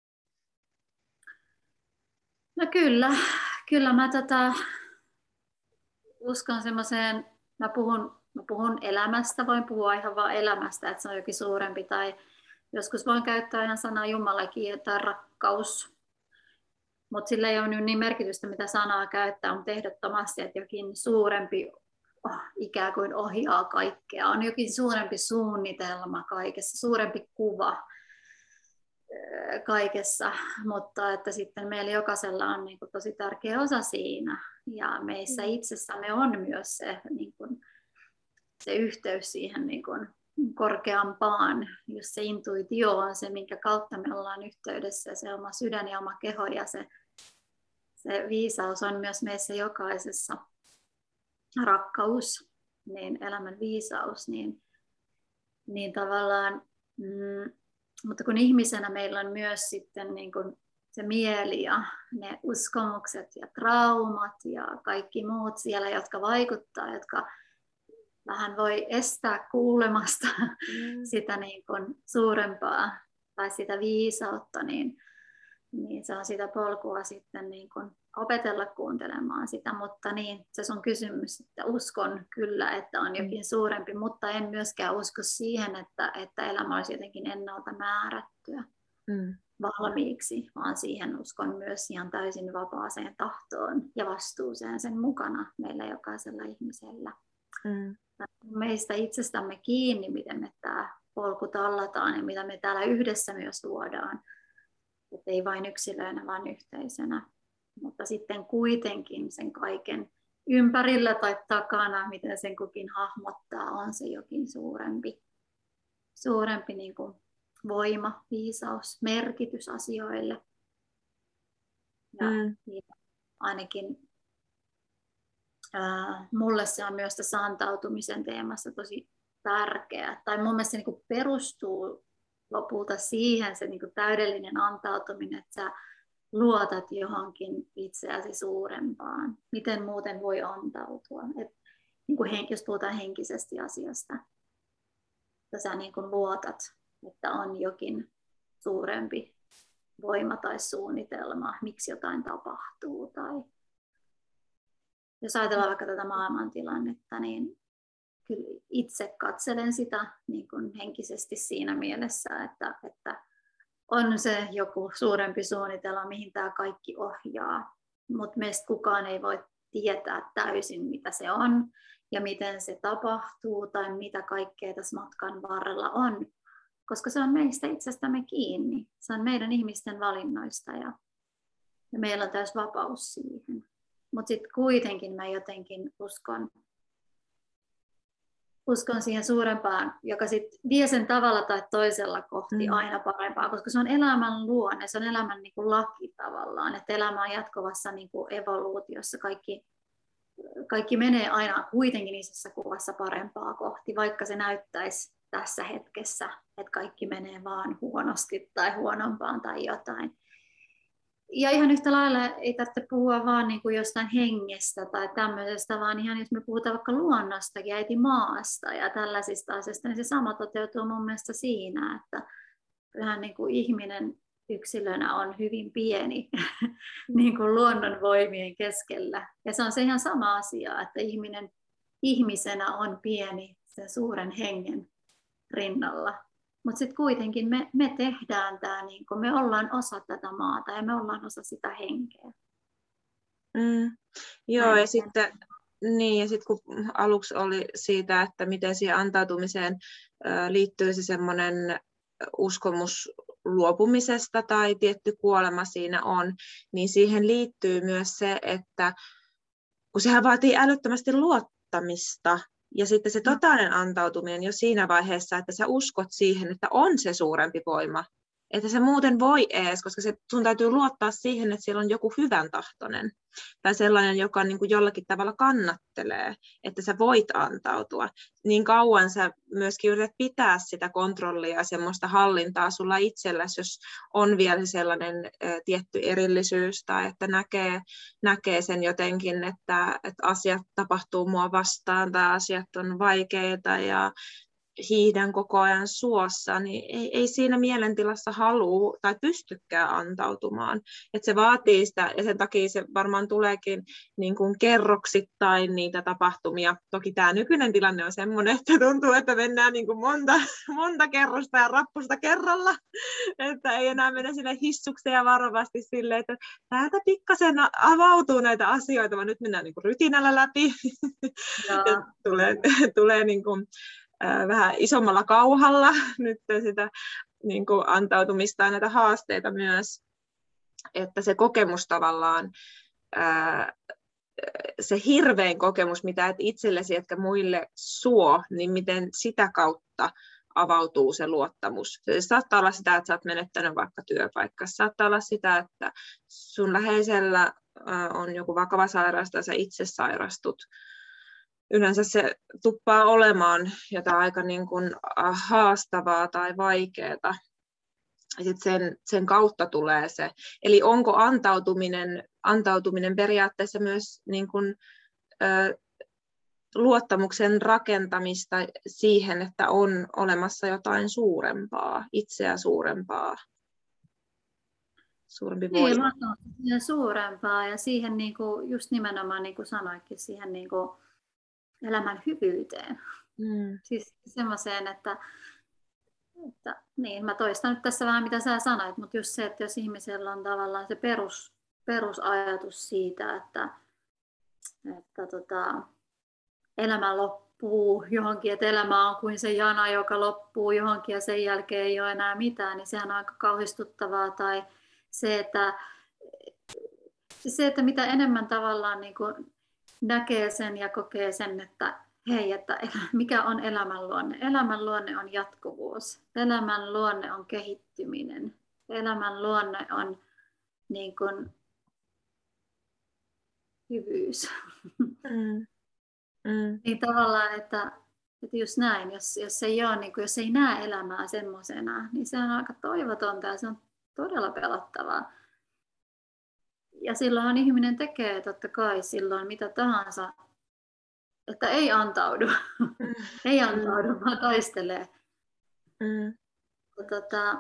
No kyllä, kyllä mä tota, uskon semmoiseen, mä puhun, mä puhun elämästä, voin puhua ihan vaan elämästä, että se on jokin suurempi, tai joskus voin käyttää ihan sanaa Jumalakin tai rakkaus, mutta sillä ei ole niin merkitystä, mitä sanaa käyttää, mutta ehdottomasti, että jokin suurempi oh, ikään kuin ohjaa kaikkea. On jokin suurempi suunnitelma kaikessa, suurempi kuva kaikessa, mutta että sitten meillä jokaisella on niin kuin tosi tärkeä osa siinä. Ja meissä itsessämme on myös se, niin kuin, se yhteys siihen niin kuin korkeampaan, jos se intuitio on se, minkä kautta me ollaan yhteydessä, se oma sydän ja oma keho ja se, se viisaus on myös meissä jokaisessa. Rakkaus, niin elämän viisaus, niin, niin tavallaan, mm, mutta kun ihmisenä meillä on myös sitten niin kuin se mieli ja ne uskomukset ja traumat ja kaikki muut siellä, jotka vaikuttaa, jotka vähän voi estää kuulemasta mm. sitä niin kuin suurempaa tai sitä viisautta, niin, niin se on sitä polkua sitten niin kuin opetella kuuntelemaan sitä, mutta niin, se sun kysymys, että uskon kyllä, että on jokin suurempi, mutta en myöskään usko siihen, että, että elämä olisi jotenkin ennalta määrättyä. Mm. valmiiksi, vaan siihen uskon myös ihan täysin vapaaseen tahtoon ja vastuuseen sen mukana meillä jokaisella ihmisellä. Mm. Meistä itsestämme kiinni, miten me tämä polku tallataan ja mitä me täällä yhdessä myös luodaan. Että ei vain yksilöinä, vaan yhteisönä. Mutta sitten kuitenkin sen kaiken ympärillä tai takana, miten sen kukin hahmottaa, on se jokin suurempi, suurempi niin kuin voima, viisaus, merkitys asioille. Ja mm. ainakin ää, mulle se on myös tässä antautumisen teemassa tosi tärkeä. Tai mun mielestä se niin kuin perustuu lopulta siihen se niin kuin täydellinen antautuminen, että sä luotat johonkin itseäsi suurempaan. Miten muuten voi antautua? Et, niin kuin hen, jos puhutaan henkisesti asiasta, että sä niin kuin luotat, että on jokin suurempi voima tai suunnitelma, miksi jotain tapahtuu. Tai jos ajatellaan vaikka tätä maailmantilannetta, niin kyllä itse katselen sitä niin kuin henkisesti siinä mielessä, että, että on se joku suurempi suunnitelma, mihin tämä kaikki ohjaa. Mutta meistä kukaan ei voi tietää täysin, mitä se on ja miten se tapahtuu tai mitä kaikkea tässä matkan varrella on. Koska se on meistä itsestämme kiinni. Se on meidän ihmisten valinnoista ja, ja meillä on täys vapaus siihen. Mutta sitten kuitenkin mä jotenkin uskon, uskon siihen suurempaan, joka sitten vie sen tavalla tai toisella kohti mm. aina parempaa, koska se on elämän luonne, se on elämän niin kuin laki tavallaan, että elämä on jatkuvassa niin kuin evoluutiossa, kaikki, kaikki menee aina kuitenkin isossa kuvassa parempaa kohti, vaikka se näyttäisi tässä hetkessä, että kaikki menee vaan huonosti tai huonompaan tai jotain. Ja ihan yhtä lailla ei tarvitse puhua vaan niin kuin jostain hengestä tai tämmöisestä, vaan ihan jos me puhutaan vaikka luonnosta ja äiti maasta ja tällaisista asioista, niin se sama toteutuu mun mielestä siinä, että kyllähän niin kuin ihminen yksilönä on hyvin pieni niin kuin luonnonvoimien keskellä. Ja se on se ihan sama asia, että ihminen ihmisenä on pieni sen suuren hengen rinnalla. Mutta sitten kuitenkin me, me tehdään tämä, niin me ollaan osa tätä maata ja me ollaan osa sitä henkeä. Mm, joo, Näin ja sitten, niin, ja sitten kun aluksi oli siitä, että miten siihen antautumiseen äh, liittyy se semmoinen uskomus luopumisesta tai tietty kuolema siinä on, niin siihen liittyy myös se, että kun sehän vaatii älyttömästi luottamista, ja sitten se totaalinen antautuminen jo siinä vaiheessa, että sä uskot siihen, että on se suurempi voima. Että sä muuten voi ees, koska se, sun täytyy luottaa siihen, että siellä on joku hyvän tahtoinen. Tai sellainen, joka niin kuin jollakin tavalla kannattelee, että sä voit antautua. Niin kauan sä myöskin yrität pitää sitä kontrollia ja semmoista hallintaa sulla itselläsi, jos on vielä sellainen ä, tietty erillisyys tai että näkee, näkee sen jotenkin, että, että asiat tapahtuu mua vastaan tai asiat on vaikeita ja hiihdän koko ajan suossa, niin ei, ei siinä mielentilassa halua tai pystykään antautumaan. Et se vaatii sitä, ja sen takia se varmaan tuleekin niin kuin kerroksittain niitä tapahtumia. Toki tämä nykyinen tilanne on semmoinen, että tuntuu, että mennään niin kuin monta, monta kerrosta ja rappusta kerralla, että ei enää mennä sinne hissukseen ja varovasti silleen, että täältä pikkasen avautuu näitä asioita, vaan nyt mennään niin kuin rytinällä läpi. Ja tulee, tulee niin kuin vähän isommalla kauhalla nyt sitä niin kuin antautumista ja näitä haasteita myös, että se kokemus tavallaan, ää, se hirvein kokemus, mitä et itsellesi etkä muille suo, niin miten sitä kautta avautuu se luottamus. Se saattaa olla sitä, että sä oot menettänyt vaikka työpaikka. Saattaa olla sitä, että sun läheisellä on joku vakava sairaus tai sä itse sairastut. Yleensä se tuppaa olemaan jotain aika niin kuin haastavaa tai vaikeaa. Sitten sen, sen kautta tulee se. Eli onko antautuminen, antautuminen periaatteessa myös niin kuin, ö, luottamuksen rakentamista siihen, että on olemassa jotain suurempaa, itseä suurempaa, suurempi voima. Niin, suurempaa ja siihen niin kuin, just nimenomaan niin kuin sanoitkin, siihen niin kuin elämän hyvyyteen. Mm. Siis semmoiseen, että että, niin, mä toistan nyt tässä vähän mitä sä sanoit, mutta just se, että jos ihmisellä on tavallaan se perus, perusajatus siitä, että, että tota, elämä loppuu johonkin, että elämä on kuin se jana, joka loppuu johonkin ja sen jälkeen ei ole enää mitään, niin sehän on aika kauhistuttavaa. Tai se, että, se, että mitä enemmän tavallaan niin kuin näkee sen ja kokee sen, että hei, että mikä on elämän luonne? Elämän luonne on jatkuvuus. Elämän luonne on kehittyminen. Elämän luonne on niin kuin hyvyys. Mm. Mm. Niin tavallaan, että, että just näin, jos, jos, ei ole, niin kuin, jos ei näe elämää semmoisena, niin se on aika toivotonta ja se on todella pelottavaa. Ja silloinhan ihminen tekee totta kai silloin mitä tahansa, että ei antaudu, Mm. ei antaudu, vaan taistelee. Mm. Tota,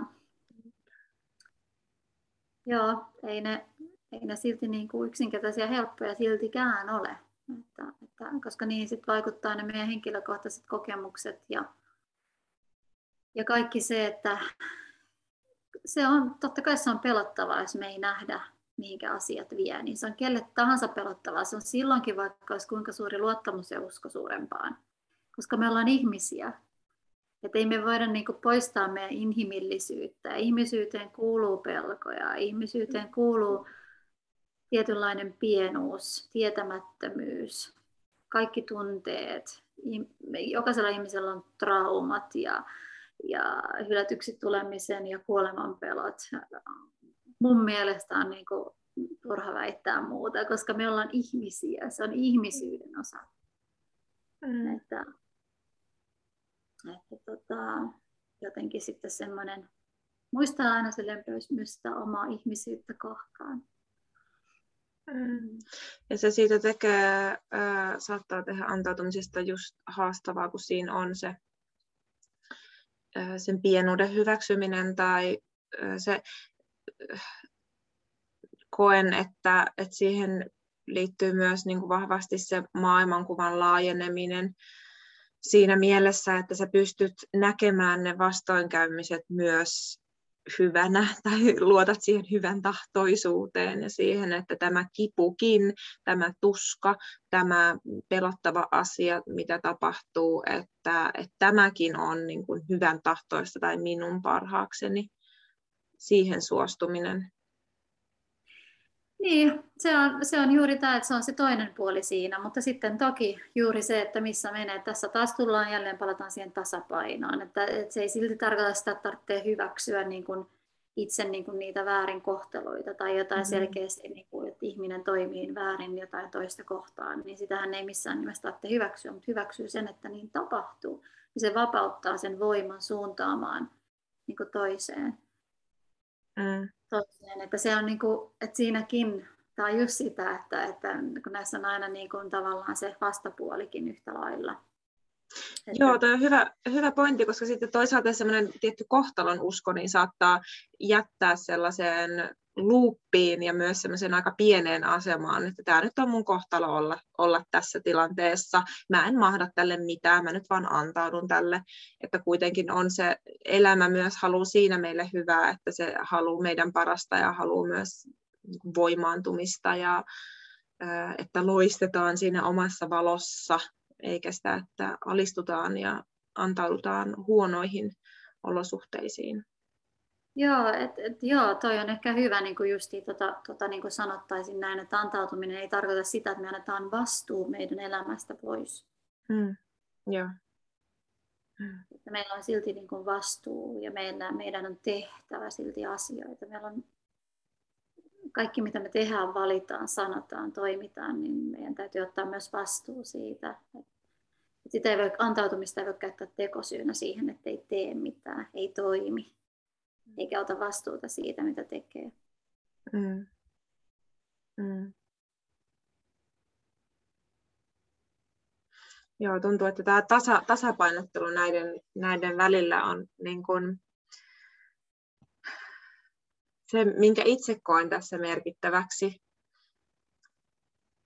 joo, ei ne, ei ne silti niin kuin yksinkertaisia helppoja siltikään ole. Että, että, koska niihin sit vaikuttaa ne meidän henkilökohtaiset kokemukset ja, ja kaikki se, että se on, totta kai se on pelottavaa, jos me ei nähdä, mihinkä asiat vie. Niin se on kelle tahansa pelottavaa. Se on silloinkin, vaikka olisi kuinka suuri luottamus ja usko suurempaan. Koska me ollaan ihmisiä. Että ei me voida niinku poistaa meidän inhimillisyyttä. Ihmisyyteen kuuluu pelkoja. Ihmisyyteen kuuluu tietynlainen pienuus, tietämättömyys, kaikki tunteet. Jokaisella ihmisellä on traumat ja, ja hylätyksi tulemisen ja kuoleman pelot. Mun mielestä on niin kuin turha väittää muuta, koska me ollaan ihmisiä. Se on ihmisyyden osa. Mm. Että, että tota, jotenkin sitten semmoinen, muistaa aina se lempeys myös sitä omaa ihmisyyttä kohtaan. Mm. Ja se siitä tekee, äh, saattaa tehdä antautumisesta just haastavaa, kun siinä on se äh, sen pienuuden hyväksyminen tai äh, se äh, koen, että, että siihen liittyy myös niin kuin vahvasti se maailmankuvan laajeneminen siinä mielessä, että sä pystyt näkemään ne vastoinkäymiset myös hyvänä tai luotat siihen hyvän tahtoisuuteen ja siihen, että tämä kipukin, tämä tuska, tämä pelottava asia, mitä tapahtuu, että, että tämäkin on niin kuin hyvän tahtoista tai minun parhaakseni, siihen suostuminen. Niin, se on, se on juuri tämä, että se on se toinen puoli siinä, mutta sitten toki juuri se, että missä menee. Tässä taas tullaan jälleen, palataan siihen tasapainoon, että, että se ei silti tarkoita sitä, että tarvitsee hyväksyä niin kuin itse niin kuin niitä väärinkohteluita tai jotain mm-hmm. selkeästi, niin kuin, että ihminen toimii väärin jotain toista kohtaan, niin sitähän ei missään nimessä tarvitse hyväksyä, mutta hyväksyy sen, että niin tapahtuu. Ja se vapauttaa sen voiman suuntaamaan niin kuin toiseen. Mm. Toiseen, että se on niin kuin, että siinäkin tämä on just sitä, että, että kun näissä on aina niin kuin tavallaan se vastapuolikin yhtä lailla. Että... Joo, tuo on hyvä, hyvä pointti, koska sitten toisaalta semmoinen tietty kohtalon usko niin saattaa jättää sellaiseen luuppiin ja myös semmoiseen aika pieneen asemaan, että tämä nyt on mun kohtalo olla, olla tässä tilanteessa. Mä en mahda tälle mitään, mä nyt vaan antaudun tälle. Että kuitenkin on se elämä myös haluaa siinä meille hyvää, että se haluaa meidän parasta ja haluaa myös voimaantumista ja että loistetaan siinä omassa valossa, eikä sitä, että alistutaan ja antaudutaan huonoihin olosuhteisiin. Joo, et, et, joo, toi on ehkä hyvä, niin kuin justiin tota, tota, niin kuin sanottaisin näin, että antautuminen ei tarkoita sitä, että me annetaan vastuu meidän elämästä pois. Mm, joo. Mm. Että meillä on silti niin kuin vastuu ja meidän, meidän on tehtävä silti asioita. Meillä on kaikki, mitä me tehdään, valitaan, sanotaan, toimitaan, niin meidän täytyy ottaa myös vastuu siitä. Sitä ei voi, antautumista ei voi käyttää tekosyynä siihen, että ei tee mitään, ei toimi, eikä ota vastuuta siitä, mitä tekee. Mm. Mm. Joo, tuntuu, että tämä tasa, tasapainottelu näiden, näiden välillä on niin kuin se, minkä itse koen tässä merkittäväksi.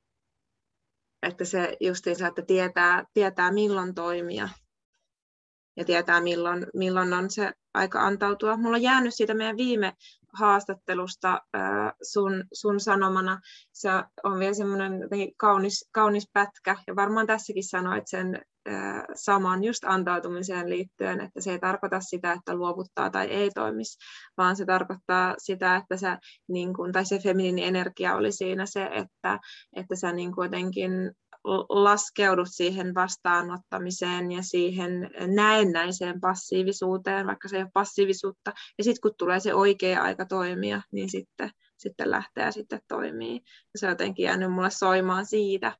Että se justiinsa, että tietää, tietää milloin toimia ja tietää, milloin, milloin on se aika antautua. Mulla on jäänyt siitä meidän viime haastattelusta äh, sun, sun sanomana. Se on vielä semmoinen kaunis, kaunis pätkä, ja varmaan tässäkin sanoit sen äh, saman just antautumiseen liittyen, että se ei tarkoita sitä, että luovuttaa tai ei toimisi, vaan se tarkoittaa sitä, että sä, niin kun, tai se feminiini energia oli siinä se, että, että sä niin jotenkin laskeudut siihen vastaanottamiseen ja siihen näennäiseen passiivisuuteen, vaikka se ei ole passiivisuutta. Ja sitten kun tulee se oikea aika toimia, niin sitten, sitten lähtee ja sitten toimii. Ja se on jotenkin jäänyt mulle soimaan siitä.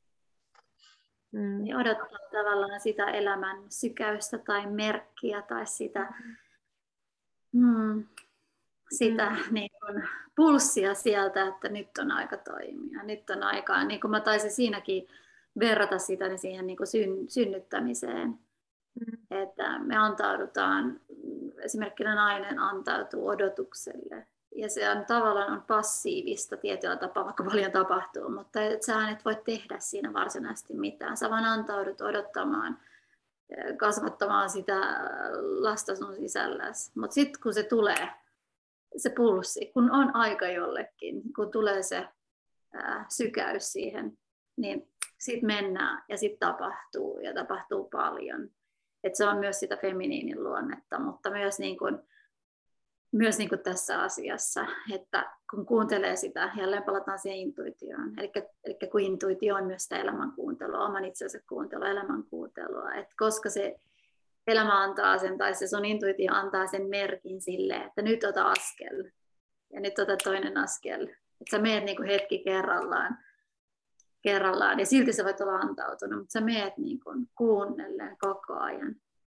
Mm. Odottaa tavallaan sitä elämän sykäystä tai merkkiä tai sitä, mm, sitä mm. niin kun pulssia sieltä, että nyt on aika toimia, nyt on aikaa. Niin kuin mä taisin siinäkin verrata sitä niin siihen niin kuin syn, synnyttämiseen. Mm. Että me antaudutaan, esimerkkinä nainen antautuu odotukselle. Ja se on tavallaan on passiivista tietyllä tapaa, vaikka paljon tapahtuu, mutta et sä et voi tehdä siinä varsinaisesti mitään. Sä vaan antaudut odottamaan, kasvattamaan sitä lasta sun sisälläsi. Mutta sitten kun se tulee, se pulssi, kun on aika jollekin, kun tulee se ää, sykäys siihen, niin sitten mennään ja sitten tapahtuu ja tapahtuu paljon. Et se on myös sitä feminiinin luonnetta, mutta myös, niin kun, myös niin kun tässä asiassa, että kun kuuntelee sitä, jälleen palataan siihen intuitioon. Eli kun intuitio on myös sitä elämän kuuntelua, oman itsensä kuuntelua, elämän kuuntelua. Et koska se elämä antaa sen, tai se sun intuitio antaa sen merkin sille, että nyt ota askel ja nyt ota toinen askel. Että sä meet niin kuin hetki kerrallaan, kerrallaan ja silti sä voit olla antautunut, mutta sä meet niin kuin kuunnellen koko ajan.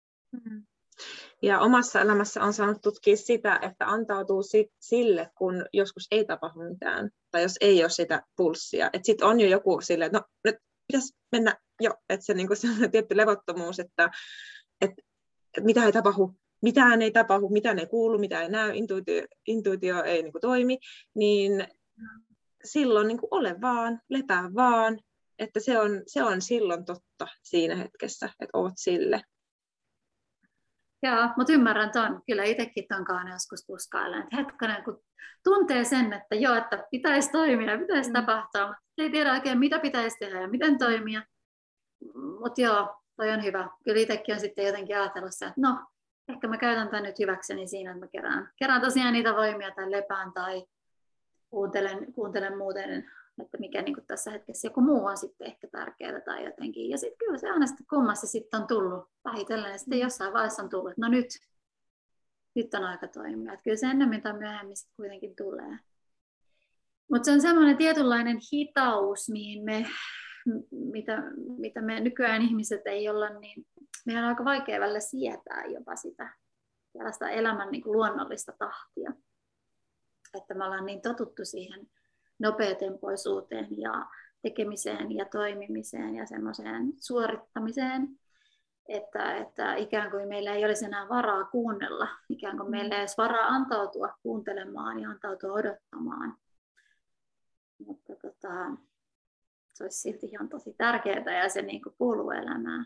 Ja omassa elämässä on saanut tutkia sitä, että antautuu sit sille, kun joskus ei tapahdu mitään, tai jos ei ole sitä pulssia. Että sitten on jo joku silleen, että no nyt pitäisi mennä jo, että se, niin kuin se on tietty levottomuus, että että mitä ei tapahdu, mitään ei tapahdu, mitään ei kuulu, mitään ei näy, intuitio, intuitio ei niin kuin toimi, niin silloin niin kuin ole vaan, lepää vaan, että se on, se on silloin totta siinä hetkessä, että oot sille. Joo, mutta ymmärrän ton. Kyllä itsekin tonkaan joskus tuskailen. Hetkonen, kun tuntee sen, että joo, että pitäisi toimia, pitäisi mm. tapahtua, mutta ei tiedä oikein, mitä pitäisi tehdä ja miten toimia. Mutta joo, toi on hyvä. Kyllä itsekin on sitten jotenkin ajatellut se, että no, ehkä mä käytän tämän nyt hyväkseni siinä, että mä kerään, kerään tosiaan niitä voimia tai lepään tai kuuntelen, kuuntelen muuten, että mikä niin kuin tässä hetkessä joku muu on sitten ehkä tärkeää tai jotenkin. Ja sitten kyllä se aina sitten kummassa sitten on tullut vähitellen ja sitten jossain vaiheessa on tullut, että no nyt, nyt on aika toimia. Että kyllä se ennemmin tai myöhemmin sitten kuitenkin tulee. Mutta se on semmoinen tietynlainen hitaus, mihin me, mitä, mitä me nykyään ihmiset ei olla, niin meidän on aika vaikea välillä sietää jopa sitä tällaista elämän niin kuin luonnollista tahtia. Että me ollaan niin totuttu siihen nopeatempoisuuteen ja tekemiseen ja toimimiseen ja semmoiseen suorittamiseen, että, että ikään kuin meillä ei olisi enää varaa kuunnella, ikään kuin meillä ei olisi varaa antautua kuuntelemaan ja antautua odottamaan. Mutta tota, se olisi silti ihan tosi tärkeää ja se niin kuin kuuluu elämään.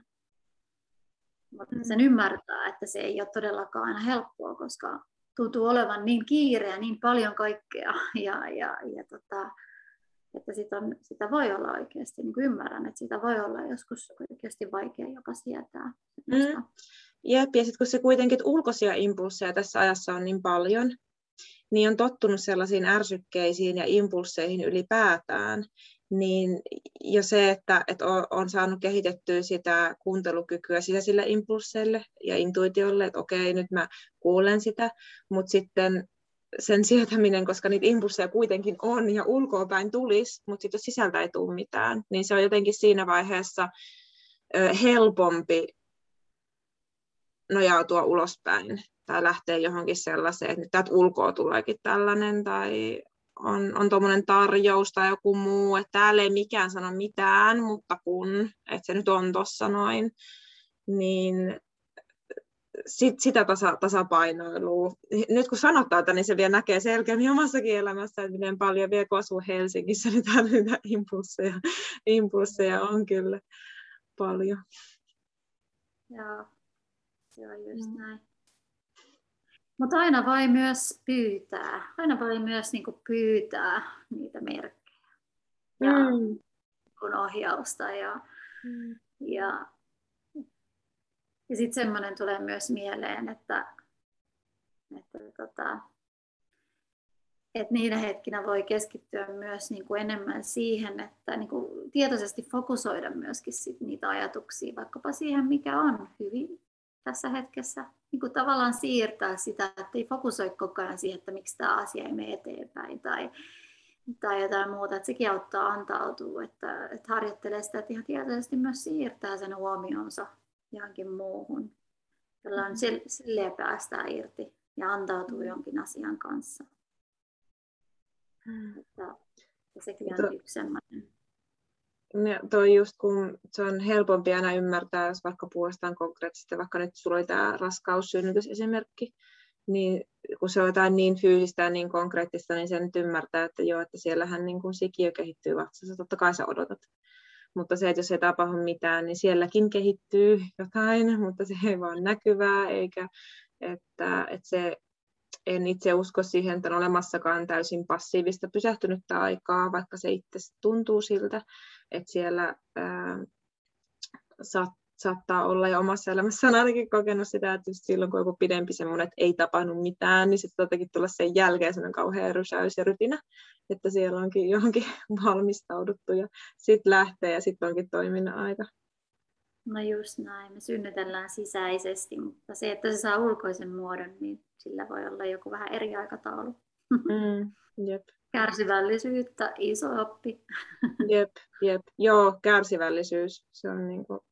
Mutta sen ymmärtää, että se ei ole todellakaan aina helppoa, koska tuntuu olevan niin kiire ja niin paljon kaikkea, ja, ja, ja tota, että sitä, on, sitä voi olla oikeasti, niin kuin ymmärrän, että sitä voi olla joskus oikeasti vaikea jopa sietää. Mm. Jep, ja sitten kun se kuitenkin ulkoisia impulsseja tässä ajassa on niin paljon, niin on tottunut sellaisiin ärsykkeisiin ja impulsseihin ylipäätään, niin jo se, että, että on saanut kehitettyä sitä kuuntelukykyä sisäisille impulseille ja intuitiolle, että okei, nyt mä kuulen sitä, mutta sitten sen sietäminen, koska niitä impulseja kuitenkin on ja ulkoapäin tulisi, mutta sitten jos sisältä ei tule mitään, niin se on jotenkin siinä vaiheessa helpompi nojautua ulospäin tai lähteä johonkin sellaiseen, että nyt täältä ulkoa tuleekin tällainen tai on, on tuommoinen tarjous tai joku muu, että täällä ei mikään sano mitään, mutta kun, että se nyt on tuossa noin, niin sit, sitä tasa, tasapainoilua. Nyt kun sanottaa tätä, niin se vielä näkee selkeämmin omassakin elämässä, että miten paljon vielä kun asuu Helsingissä, niin täällä niitä impulseja, impulseja on kyllä paljon. Joo. Se on just Mm. näin. Mutta aina voi myös pyytää. Aina voi myös niinku pyytää niitä merkkejä ja Mm. kun ohjausta. Ja, Mm. ja, ja sitten semmoinen tulee myös mieleen, että, että, tota, että niinä hetkinä voi keskittyä myös niinku enemmän siihen, että niinku tietoisesti fokusoida myöskin sit niitä ajatuksia vaikkapa siihen, mikä on hyvin tässä hetkessä. Niin tavallaan siirtää sitä, että ei fokusoi koko ajan siihen, että miksi tämä asia ei mene eteenpäin tai, tai jotain muuta. Että sekin auttaa antautua, että, että harjoittelee sitä, että ihan tietoisesti myös siirtää sen huomionsa johonkin muuhun. Jolloin silleen päästään irti ja antautuu jonkin asian kanssa. Että, että sekin on yksi sellainen. Toi just kun se on helpompi aina ymmärtää, jos vaikka puhutaan konkreettisesti, vaikka nyt sulla oli tämä raskaussynnytysesimerkki, niin kun se on jotain niin fyysistä ja niin konkreettista, niin sen nyt ymmärtää, että joo, että siellähän niin kun sikiö kehittyy vatsassa, totta kai sä odotat. Mutta se, että jos ei tapahdu mitään, niin sielläkin kehittyy jotain, mutta se ei vaan näkyvää, eikä, että, että se, en itse usko siihen, että on olemassakaan täysin passiivista pysähtynyttä aikaa, vaikka se itse tuntuu siltä, että siellä ää, saat, saattaa olla ja omassa elämässä on ainakin kokenut sitä, että just silloin kun joku pidempi semmoinen, että ei tapahdu mitään, niin sitten jotenkin tulla sen jälkeen semmoinen kauhea rysäys ja rytinä, että siellä onkin johonkin valmistauduttu ja sitten lähtee ja sitten onkin toiminnan aika. No just näin, me synnytellään sisäisesti, mutta se, että se saa ulkoisen muodon, niin sillä voi olla joku vähän eri aikataulu. Mm, jep. Kärsivällisyyttä, iso oppi. Jep, jep. Joo, kärsivällisyys, se on niinku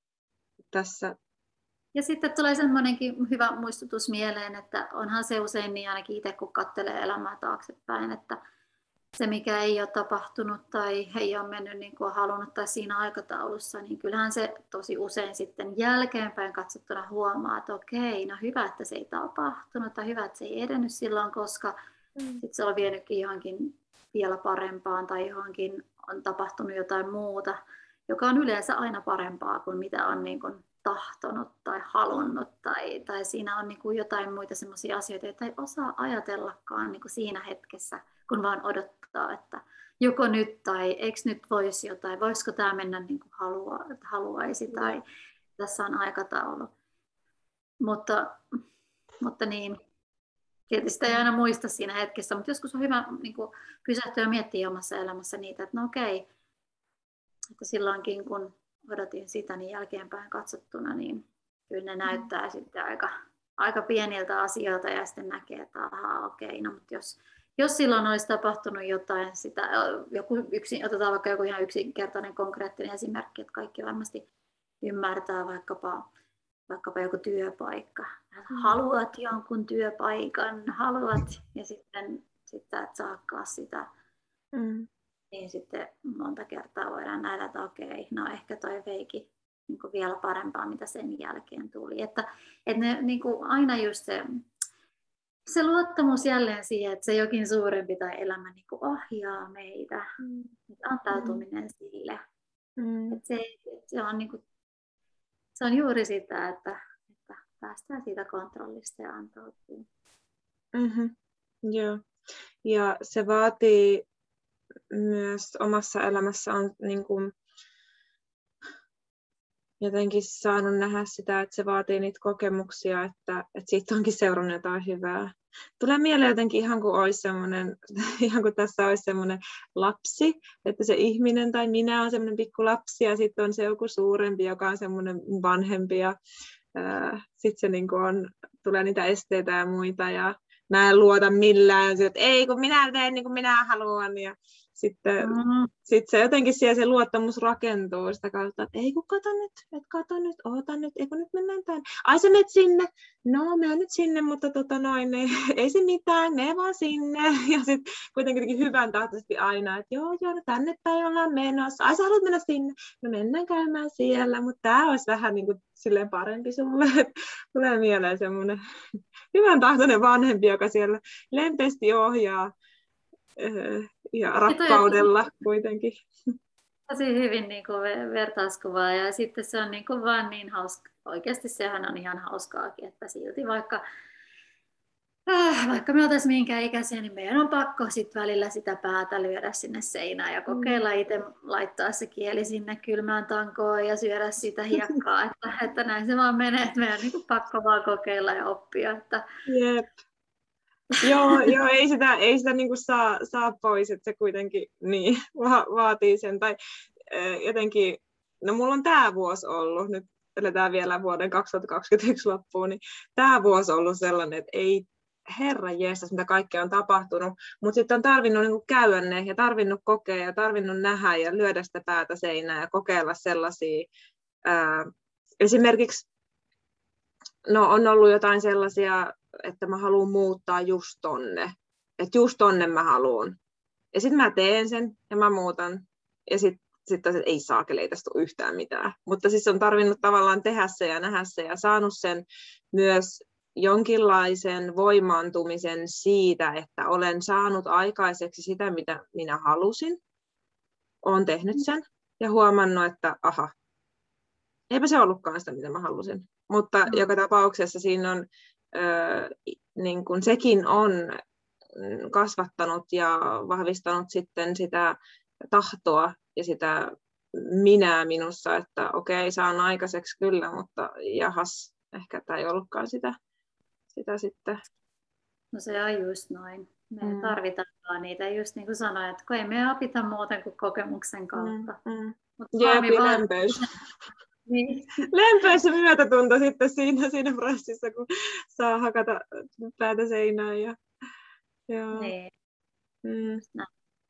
tässä. Ja sitten tulee semmoinenkin hyvä muistutus mieleen, että onhan se usein niin ainakin itse, kun katselee elämää taaksepäin, että se, mikä ei ole tapahtunut tai ei ole mennyt niin kuin on halunnut tai siinä aikataulussa, niin kyllähän se tosi usein sitten jälkeenpäin katsottuna huomaa, että okei, no hyvä, että se ei tapahtunut tai hyvä, että se ei edennyt silloin, koska mm. sitten se on vienytkin johonkin vielä parempaan tai johonkin on tapahtunut jotain muuta, joka on yleensä aina parempaa kuin mitä on niin kuin tahtonut tai halunnut tai, tai siinä on niin kuin jotain muita sellaisia asioita, joita ei osaa ajatellakaan niin kuin siinä hetkessä, kun vaan odottaa, että joko nyt tai eikö nyt voisi jotain, voisiko tämä mennä niin kuin halua, haluaisi tai tässä on aikataulu. Mutta, mutta niin, tietysti ei aina muista siinä hetkessä, mutta joskus on hyvä niin kuin pysähtyä ja miettiä omassa elämässä niitä, että no okei, että silloinkin kun odotin sitä, niin jälkeenpäin katsottuna, niin kyllä ne näyttää mm. sitten aika, aika pieniltä asioilta ja sitten näkee, että ahaa, okei, no mutta jos, jos silloin olisi tapahtunut jotain, sitä, joku yksin, otetaan vaikka joku ihan yksinkertainen konkreettinen esimerkki, että kaikki varmasti ymmärtää vaikkapa, vaikkapa joku työpaikka. Mm. Haluat jonkun työpaikan, haluat ja sitten, sitten et saakaan sitä. Mm. Niin sitten monta kertaa voidaan nähdä, että okei, no ehkä toi veikin niin kuin vielä parempaa, mitä sen jälkeen tuli. Että, että ne, niin kuin aina just se, se luottamus jälleen siihen, että se jokin suurempi tai elämä niin kuin ohjaa meitä, mm. antautuminen mm. sille. Mm. Että se, se, on niin kuin, se on juuri sitä, että, että päästään siitä kontrollista ja antautuu. Mm-hmm. Joo. Ja se vaatii myös omassa elämässä on niin kuin jotenkin saanut nähdä sitä, että se vaatii niitä kokemuksia, että, että siitä onkin seurannut jotain hyvää. Tulee mieleen jotenkin ihan kuin olisi semmoinen, ihan kuin tässä olisi semmoinen lapsi, että se ihminen tai minä on semmoinen pikku lapsi ja sitten on se joku suurempi, joka on semmoinen vanhempi ja sitten se niin kuin on, tulee niitä esteitä ja muita ja mä en luota millään, että ei kun minä teen niin kuin minä haluan ja sitten mm-hmm. sit se jotenkin siellä se luottamus rakentuu sitä kautta, että ei kun kato nyt, et kato nyt, oota nyt, ei kun nyt mennään tänne. Ai sä menet sinne, no menen nyt sinne, mutta tota noin, ei, ei se mitään, mene vaan sinne. Ja sitten kuitenkin hyvän tahtoisesti aina, että joo, joo, no tänne päin ollaan menossa. Ai sä haluat mennä sinne, no mennään käymään siellä, mutta tää olisi vähän niin kuin silleen parempi sulle. Tulee mieleen semmoinen hyvän tahtoinen vanhempi, joka siellä lempeästi ohjaa. Ja rakkaudella kuitenkin. tosi hyvin niin kuin vertauskuvaa ja sitten se on niin kuin vaan niin hauska. Oikeasti sehän on ihan hauskaakin, että silti vaikka, äh, vaikka me oltaisiin minkä ikäisiä, niin meidän on pakko sitten välillä sitä päätä lyödä sinne seinään ja kokeilla mm. itse laittaa se kieli sinne kylmään tankoon ja syödä sitä hiekkaa, että, että näin se vaan menee, että meidän on niin kuin pakko vaan kokeilla ja oppia. Että... Jep. Joo, joo, ei sitä, ei sitä niinku saa, saa pois, että se kuitenkin niin, va- vaatii sen. Tai äh, jotenkin, no mulla on tämä vuosi ollut, nyt eletään vielä vuoden kaksituhattakaksikymmentäyksi loppuun, niin tämä vuosi on ollut sellainen, että ei herra jeestas, mitä kaikkea on tapahtunut, mutta sitten on tarvinnut niinku käydä ne ja tarvinnut kokea ja tarvinnut nähdä ja lyödä sitä päätä seinään ja kokeilla sellaisia. Äh, esimerkiksi no, on ollut jotain sellaisia, että mä haluan muuttaa just tonne. Että just tonne mä haluan. Ja sitten mä teen sen ja mä muutan. Ja sitten sit taas, että ei saakeli, ei tästä ole yhtään mitään. Mutta siis on tarvinnut tavallaan tehdä se ja nähdä se ja saanut sen myös jonkinlaisen voimaantumisen siitä, että olen saanut aikaiseksi sitä, mitä minä halusin. Olen tehnyt sen ja huomannut, että aha, eipä se ollutkaan sitä, mitä mä halusin. Mutta no. joka tapauksessa siinä on, äh, niin kun sekin on kasvattanut ja vahvistanut sitten sitä tahtoa ja sitä minää minussa, että okei, saan aikaiseksi kyllä, mutta jahas, ehkä tämä ei ollutkaan sitä, sitä sitten. No se on just noin. Me mm. tarvitaan niitä, just niin kuin sanoin, että kun ei me opita muuten kuin kokemuksen kautta. Mm, mm. Jep, lempeys. Niin. Lempeys ja myötätunto sitten siinä, siinä prosessissa, kun saa hakata päätä seinään. Ja, ja, niin. mm.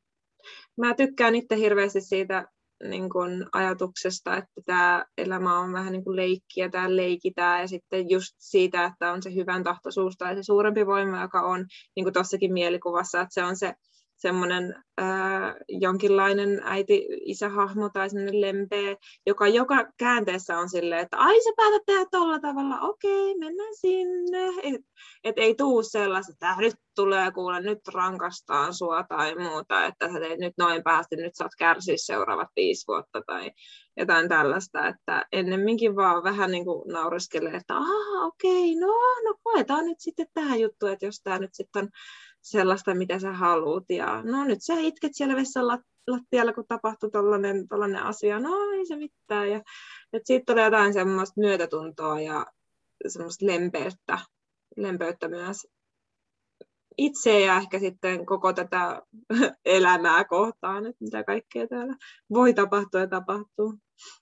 Mä tykkään itse hirveästi siitä niin kun ajatuksesta, että tämä elämä on vähän niin kuin leikkiä, tämä leikitään ja sitten just siitä, että on se hyvän tahtoisuus tai se suurempi voima, joka on niin kuin tuossakin mielikuvassa, että se on se semmoinen äh, jonkinlainen äiti-isähahmo tai semmoinen lempeä, joka joka käänteessä on silleen, että ai sä päätät tehdä tolla tavalla, okei, mennään sinne. Et, et ei tuu sellaista, että nyt tulee kuule, nyt rankastaan sua tai muuta, että sä teet nyt noin päästi, nyt saat kärsiä seuraavat viisi vuotta tai jotain tällaista, että ennemminkin vaan vähän niin kuin naureskelee, että aha, okei, no, no koetaan nyt sitten tähän juttuun, että jos tää nyt sitten on sellaista, mitä sä haluut. Ja no nyt sä itket siellä vessan lattialla, kun tapahtui tollainen, tollainen asia. No ei se mitään. Ja, et siitä tulee jotain semmoista myötätuntoa ja semmoista lempeyttä, lempeyttä myös itseä ja ehkä sitten koko tätä elämää kohtaan, että mitä kaikkea täällä voi tapahtua ja tapahtuu.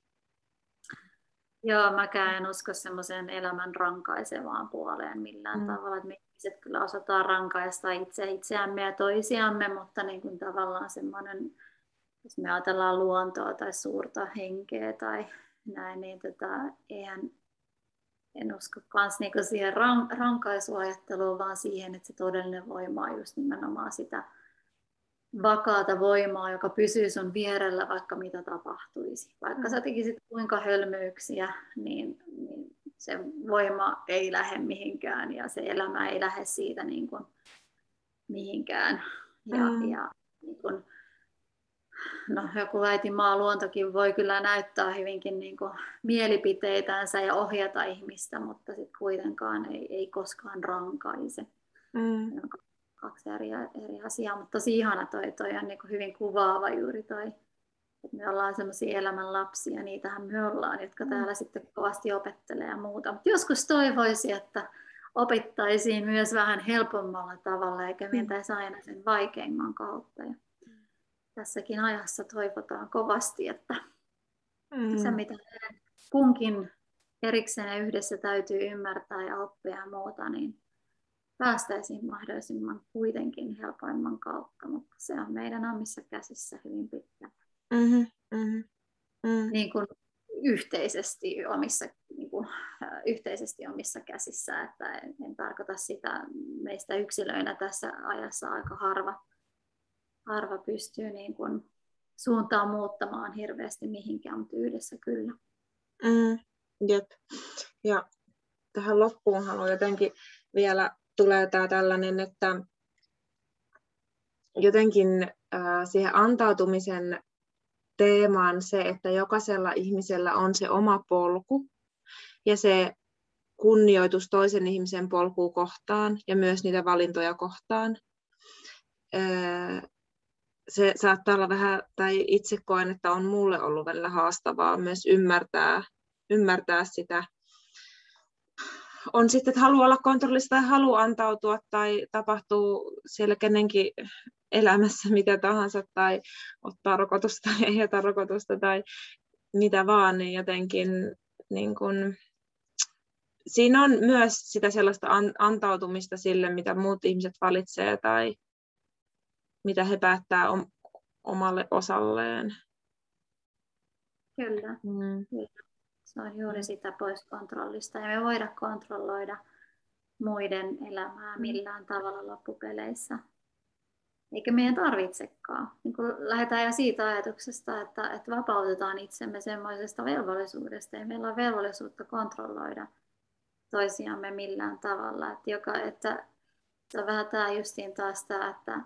Joo, mäkään en usko semmoiseen elämän rankaisevaan puoleen millään mm. tavalla. Että me ihmiset kyllä osataan rankaista itse itseämme ja toisiamme, mutta niin kuin tavallaan semmoinen, jos me ajatellaan luontoa tai suurta henkeä tai näin, niin tota, eihän, en usko myös niin siihen ran, rankaisuajatteluun, vaan siihen, että se todellinen voima on just nimenomaan sitä vakaata voimaa, joka pysyy sun vierellä, vaikka mitä tapahtuisi. Vaikka mm. sä tekisit kuinka hölmöyksiä, niin, niin se voima ei lähde mihinkään ja se elämä ei lähde siitä niin kuin mihinkään. Ja, mm. ja niin kuin, no, joku äiti maa luontokin voi kyllä näyttää hyvinkin niin kuin mielipiteitänsä ja ohjata ihmistä, mutta sit kuitenkaan ei, ei koskaan rankaise. Mm. Kaksi eri, eri asiaa, mutta tosi ihana toi, toi on niin kuin hyvin kuvaava juuri toi, että me ollaan semmoisia elämän lapsia, niitähän me ollaan, jotka mm. täällä sitten kovasti opettelee ja muuta. Mutta joskus toivoisi, että opittaisiin myös vähän helpommalla tavalla, eikä mentäisi aina sen vaikeimman kautta. Ja tässäkin ajassa toivotaan kovasti, että mm. se mitä kunkin erikseen ja yhdessä täytyy ymmärtää ja oppia ja muuta, niin päästäisiin mahdollisimman kuitenkin helpoimman kautta, mutta se on meidän omissa käsissä hyvin pitkään. Mm-hmm, mm-hmm, mm. Niin kuin yhteisesti omissa, niin kuin, yhteisesti omissa käsissä, että en, en tarkoita sitä meistä yksilöinä tässä ajassa aika harva, harva pystyy niin kuin suuntaa muuttamaan hirveästi mihinkään, mutta yhdessä kyllä. Mm, jep. Ja tähän loppuun haluan jotenkin vielä tulee tämä tällainen, että jotenkin äh, siihen antautumisen teemaan se, että jokaisella ihmisellä on se oma polku ja se kunnioitus toisen ihmisen polkua kohtaan ja myös niitä valintoja kohtaan. Se saattaa olla vähän, tai itse koen, että on mulle ollut välillä haastavaa myös ymmärtää, ymmärtää sitä. On sitten, että haluaa olla kontrollista tai haluaa antautua tai tapahtuu siellä kenenkin elämässä mitä tahansa tai ottaa rokotusta tai ei ota rokotusta tai mitä vaan, niin jotenkin niin kun, siinä on myös sitä sellaista antautumista sille, mitä muut ihmiset valitsee tai mitä he päättää omalle osalleen. Kyllä. Mm. Se on juuri sitä pois kontrollista. Ja me voida kontrolloida muiden elämää millään tavalla loppupeleissä. Eikä meidän tarvitsekaan. Niin kun lähdetään jo siitä ajatuksesta, että, että vapautetaan itsemme semmoisesta velvollisuudesta. Ei meillä ole velvollisuutta kontrolloida toisiamme millään tavalla. Että joka, että, se on vähän tämä justiin taas tämä, että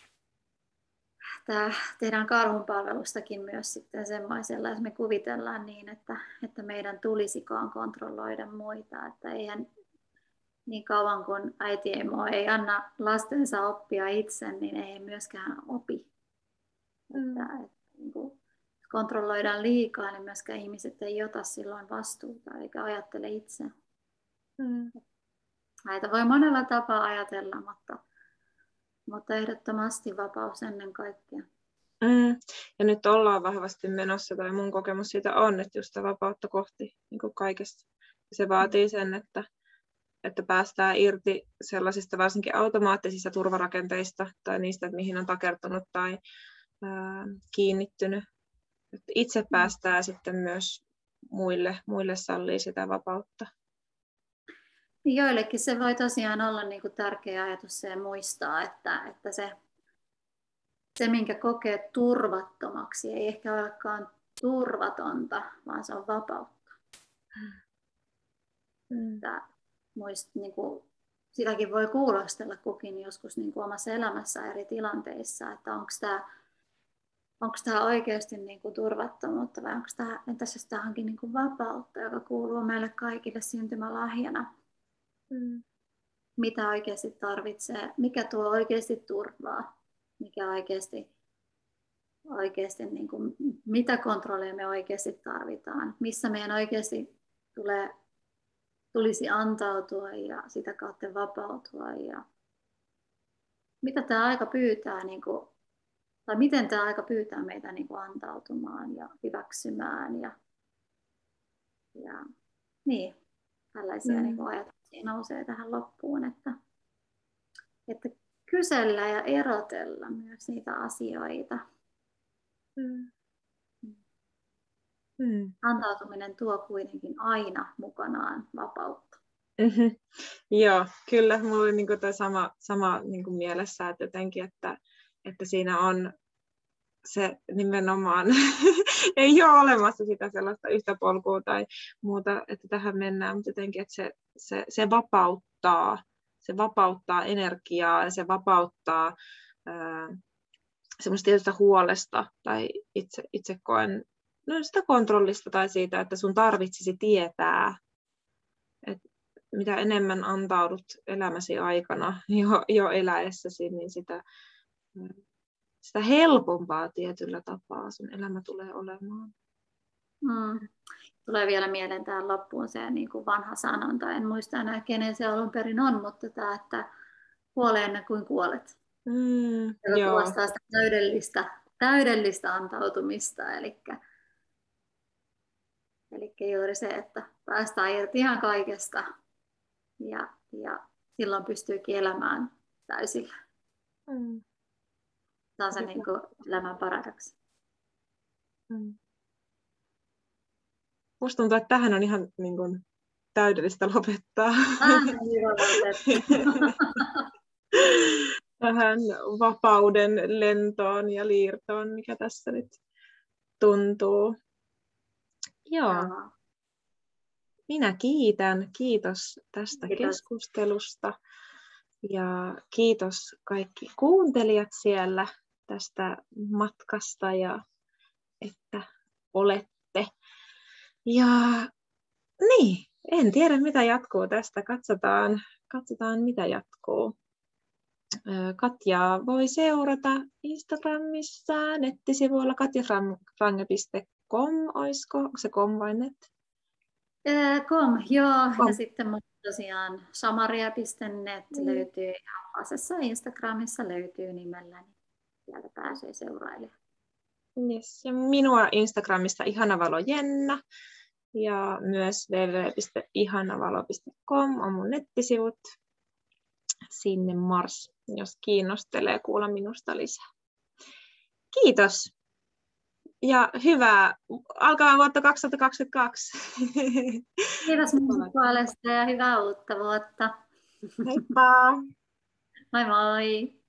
Tämä tehdään karhunpalvelustakin myös sitten semmoisella, jos me kuvitellaan niin, että, että meidän tulisikaan kontrolloida muita. Että eihän niin kauan kun äitiemo ei anna lastensa oppia itse, niin ei myöskään opi. Mm. Että, että, niin kun kontrolloidaan liikaa, niin myöskään ihmiset ei ota silloin vastuuta eikä ajattele itse. Mm. Näitä voi monella tapaa ajatella, mutta Mutta ehdottomasti vapaus ennen kaikkea. Mm. Ja nyt ollaan vahvasti menossa, tai mun kokemus siitä on, että just vapautta kohti niin kuin kaikesta. Se vaatii sen, että, että päästään irti sellaisista varsinkin automaattisista turvarakenteista, tai niistä, että mihin on takertunut tai ää, kiinnittynyt. Että itse päästään sitten myös muille, muille sallii sitä vapautta. Joillekin se voi tosiaan olla niin kuin tärkeä ajatus se muistaa, että, että se, se, minkä kokee turvattomaksi, ei ehkä olekaan turvatonta, vaan se on vapautta. Mm. Että muist, niin kuin, sitäkin voi kuulostella kukin joskus niin kuin omassa elämässä eri tilanteissa, että onko tämä onko tämä oikeasti niin kuin turvattomuutta vai onko tämä, entäs jos tämä onkin niin kuin vapautta, joka kuuluu meille kaikille syntymälahjana. Mm. Mitä oikeasti tarvitsee, mikä tuo oikeasti turvaa, mikä oikeasti, oikeasti niin kuin, mitä kontrollia me oikeasti tarvitaan, missä meidän oikeasti tulee, tulisi antautua ja sitä kautta vapautua ja mitä tämä aika pyytää, niin kuin, tai miten tämä aika pyytää meitä niin kuin antautumaan ja hyväksymään ja, ja niin, tällaisia mm. niin kuin ajatuksia nousee tähän loppuun, että, että kysellä ja erotella myös niitä asioita. Mm. Mm. Antautuminen tuo kuitenkin aina mukanaan vapautta. Mm-hmm. Joo, kyllä. Mulla oli niinku toi sama, sama niinku mielessä, että jotenkin, että, että siinä on se nimenomaan, ei ole olemassa sitä sellaista yhtä polkua tai muuta, että tähän mennään, mutta jotenkin, että se, se, se vapauttaa, se vapauttaa energiaa ja se vapauttaa ää, semmoista tietystä huolesta tai itse, itse koen no, sitä kontrollista tai siitä, että sun tarvitsisi tietää, että mitä enemmän antaudut elämäsi aikana jo, jo eläessäsi, niin sitä sitä helpompaa tietyllä tapaa sun elämä tulee olemaan. Mm. Tulee vielä mieleen tähän loppuun se niin kuin vanha sanonta. En muista enää kenen se alun perin on, mutta tämä, että kuole ennen kuin kuolet. Mm, joka kuvastaa sitä täydellistä, täydellistä antautumista. Eli, eli juuri se, että päästään irti ihan kaikesta ja, ja silloin pystyykin elämään täysillä. Mm. Se on se niin kuin elämän paradoksi. Mm. Musta tuntuu, että tähän on ihan niin kuin täydellistä lopettaa. Ah, hyvä lopettaa. Tähän vapauden lentoon ja liirtoon, mikä tässä nyt tuntuu. Joo. Joo. Minä kiitän. Kiitos tästä kiitos. keskustelusta. Ja kiitos kaikki kuuntelijat siellä tästä matkasta ja että olette. Ja niin, en tiedä mitä jatkuu tästä. Katsotaan, katsotaan mitä jatkuu. Katjaa voi seurata Instagramissa nettisivuilla katjafrange piste com, olisiko? Onko se com vai net? Com, joo. Com. Ja sitten mun tosiaan samaria piste net mm. löytyy Asessa Instagramissa löytyy nimellä, niin sieltä pääsee seurailemaan. Yes. Ja minua Instagramista ihanavalo Jenna ja myös double-u double-u double-u piste ihanavalo piste com on mun nettisivut. Sinne mars, jos kiinnostelee kuulla minusta lisää. Kiitos ja hyvää alkavaa vuotta kaksituhattakaksikymmentäkaksi. Kiitos minun puolesta ja hyvää uutta vuotta. Heippa! Moi moi!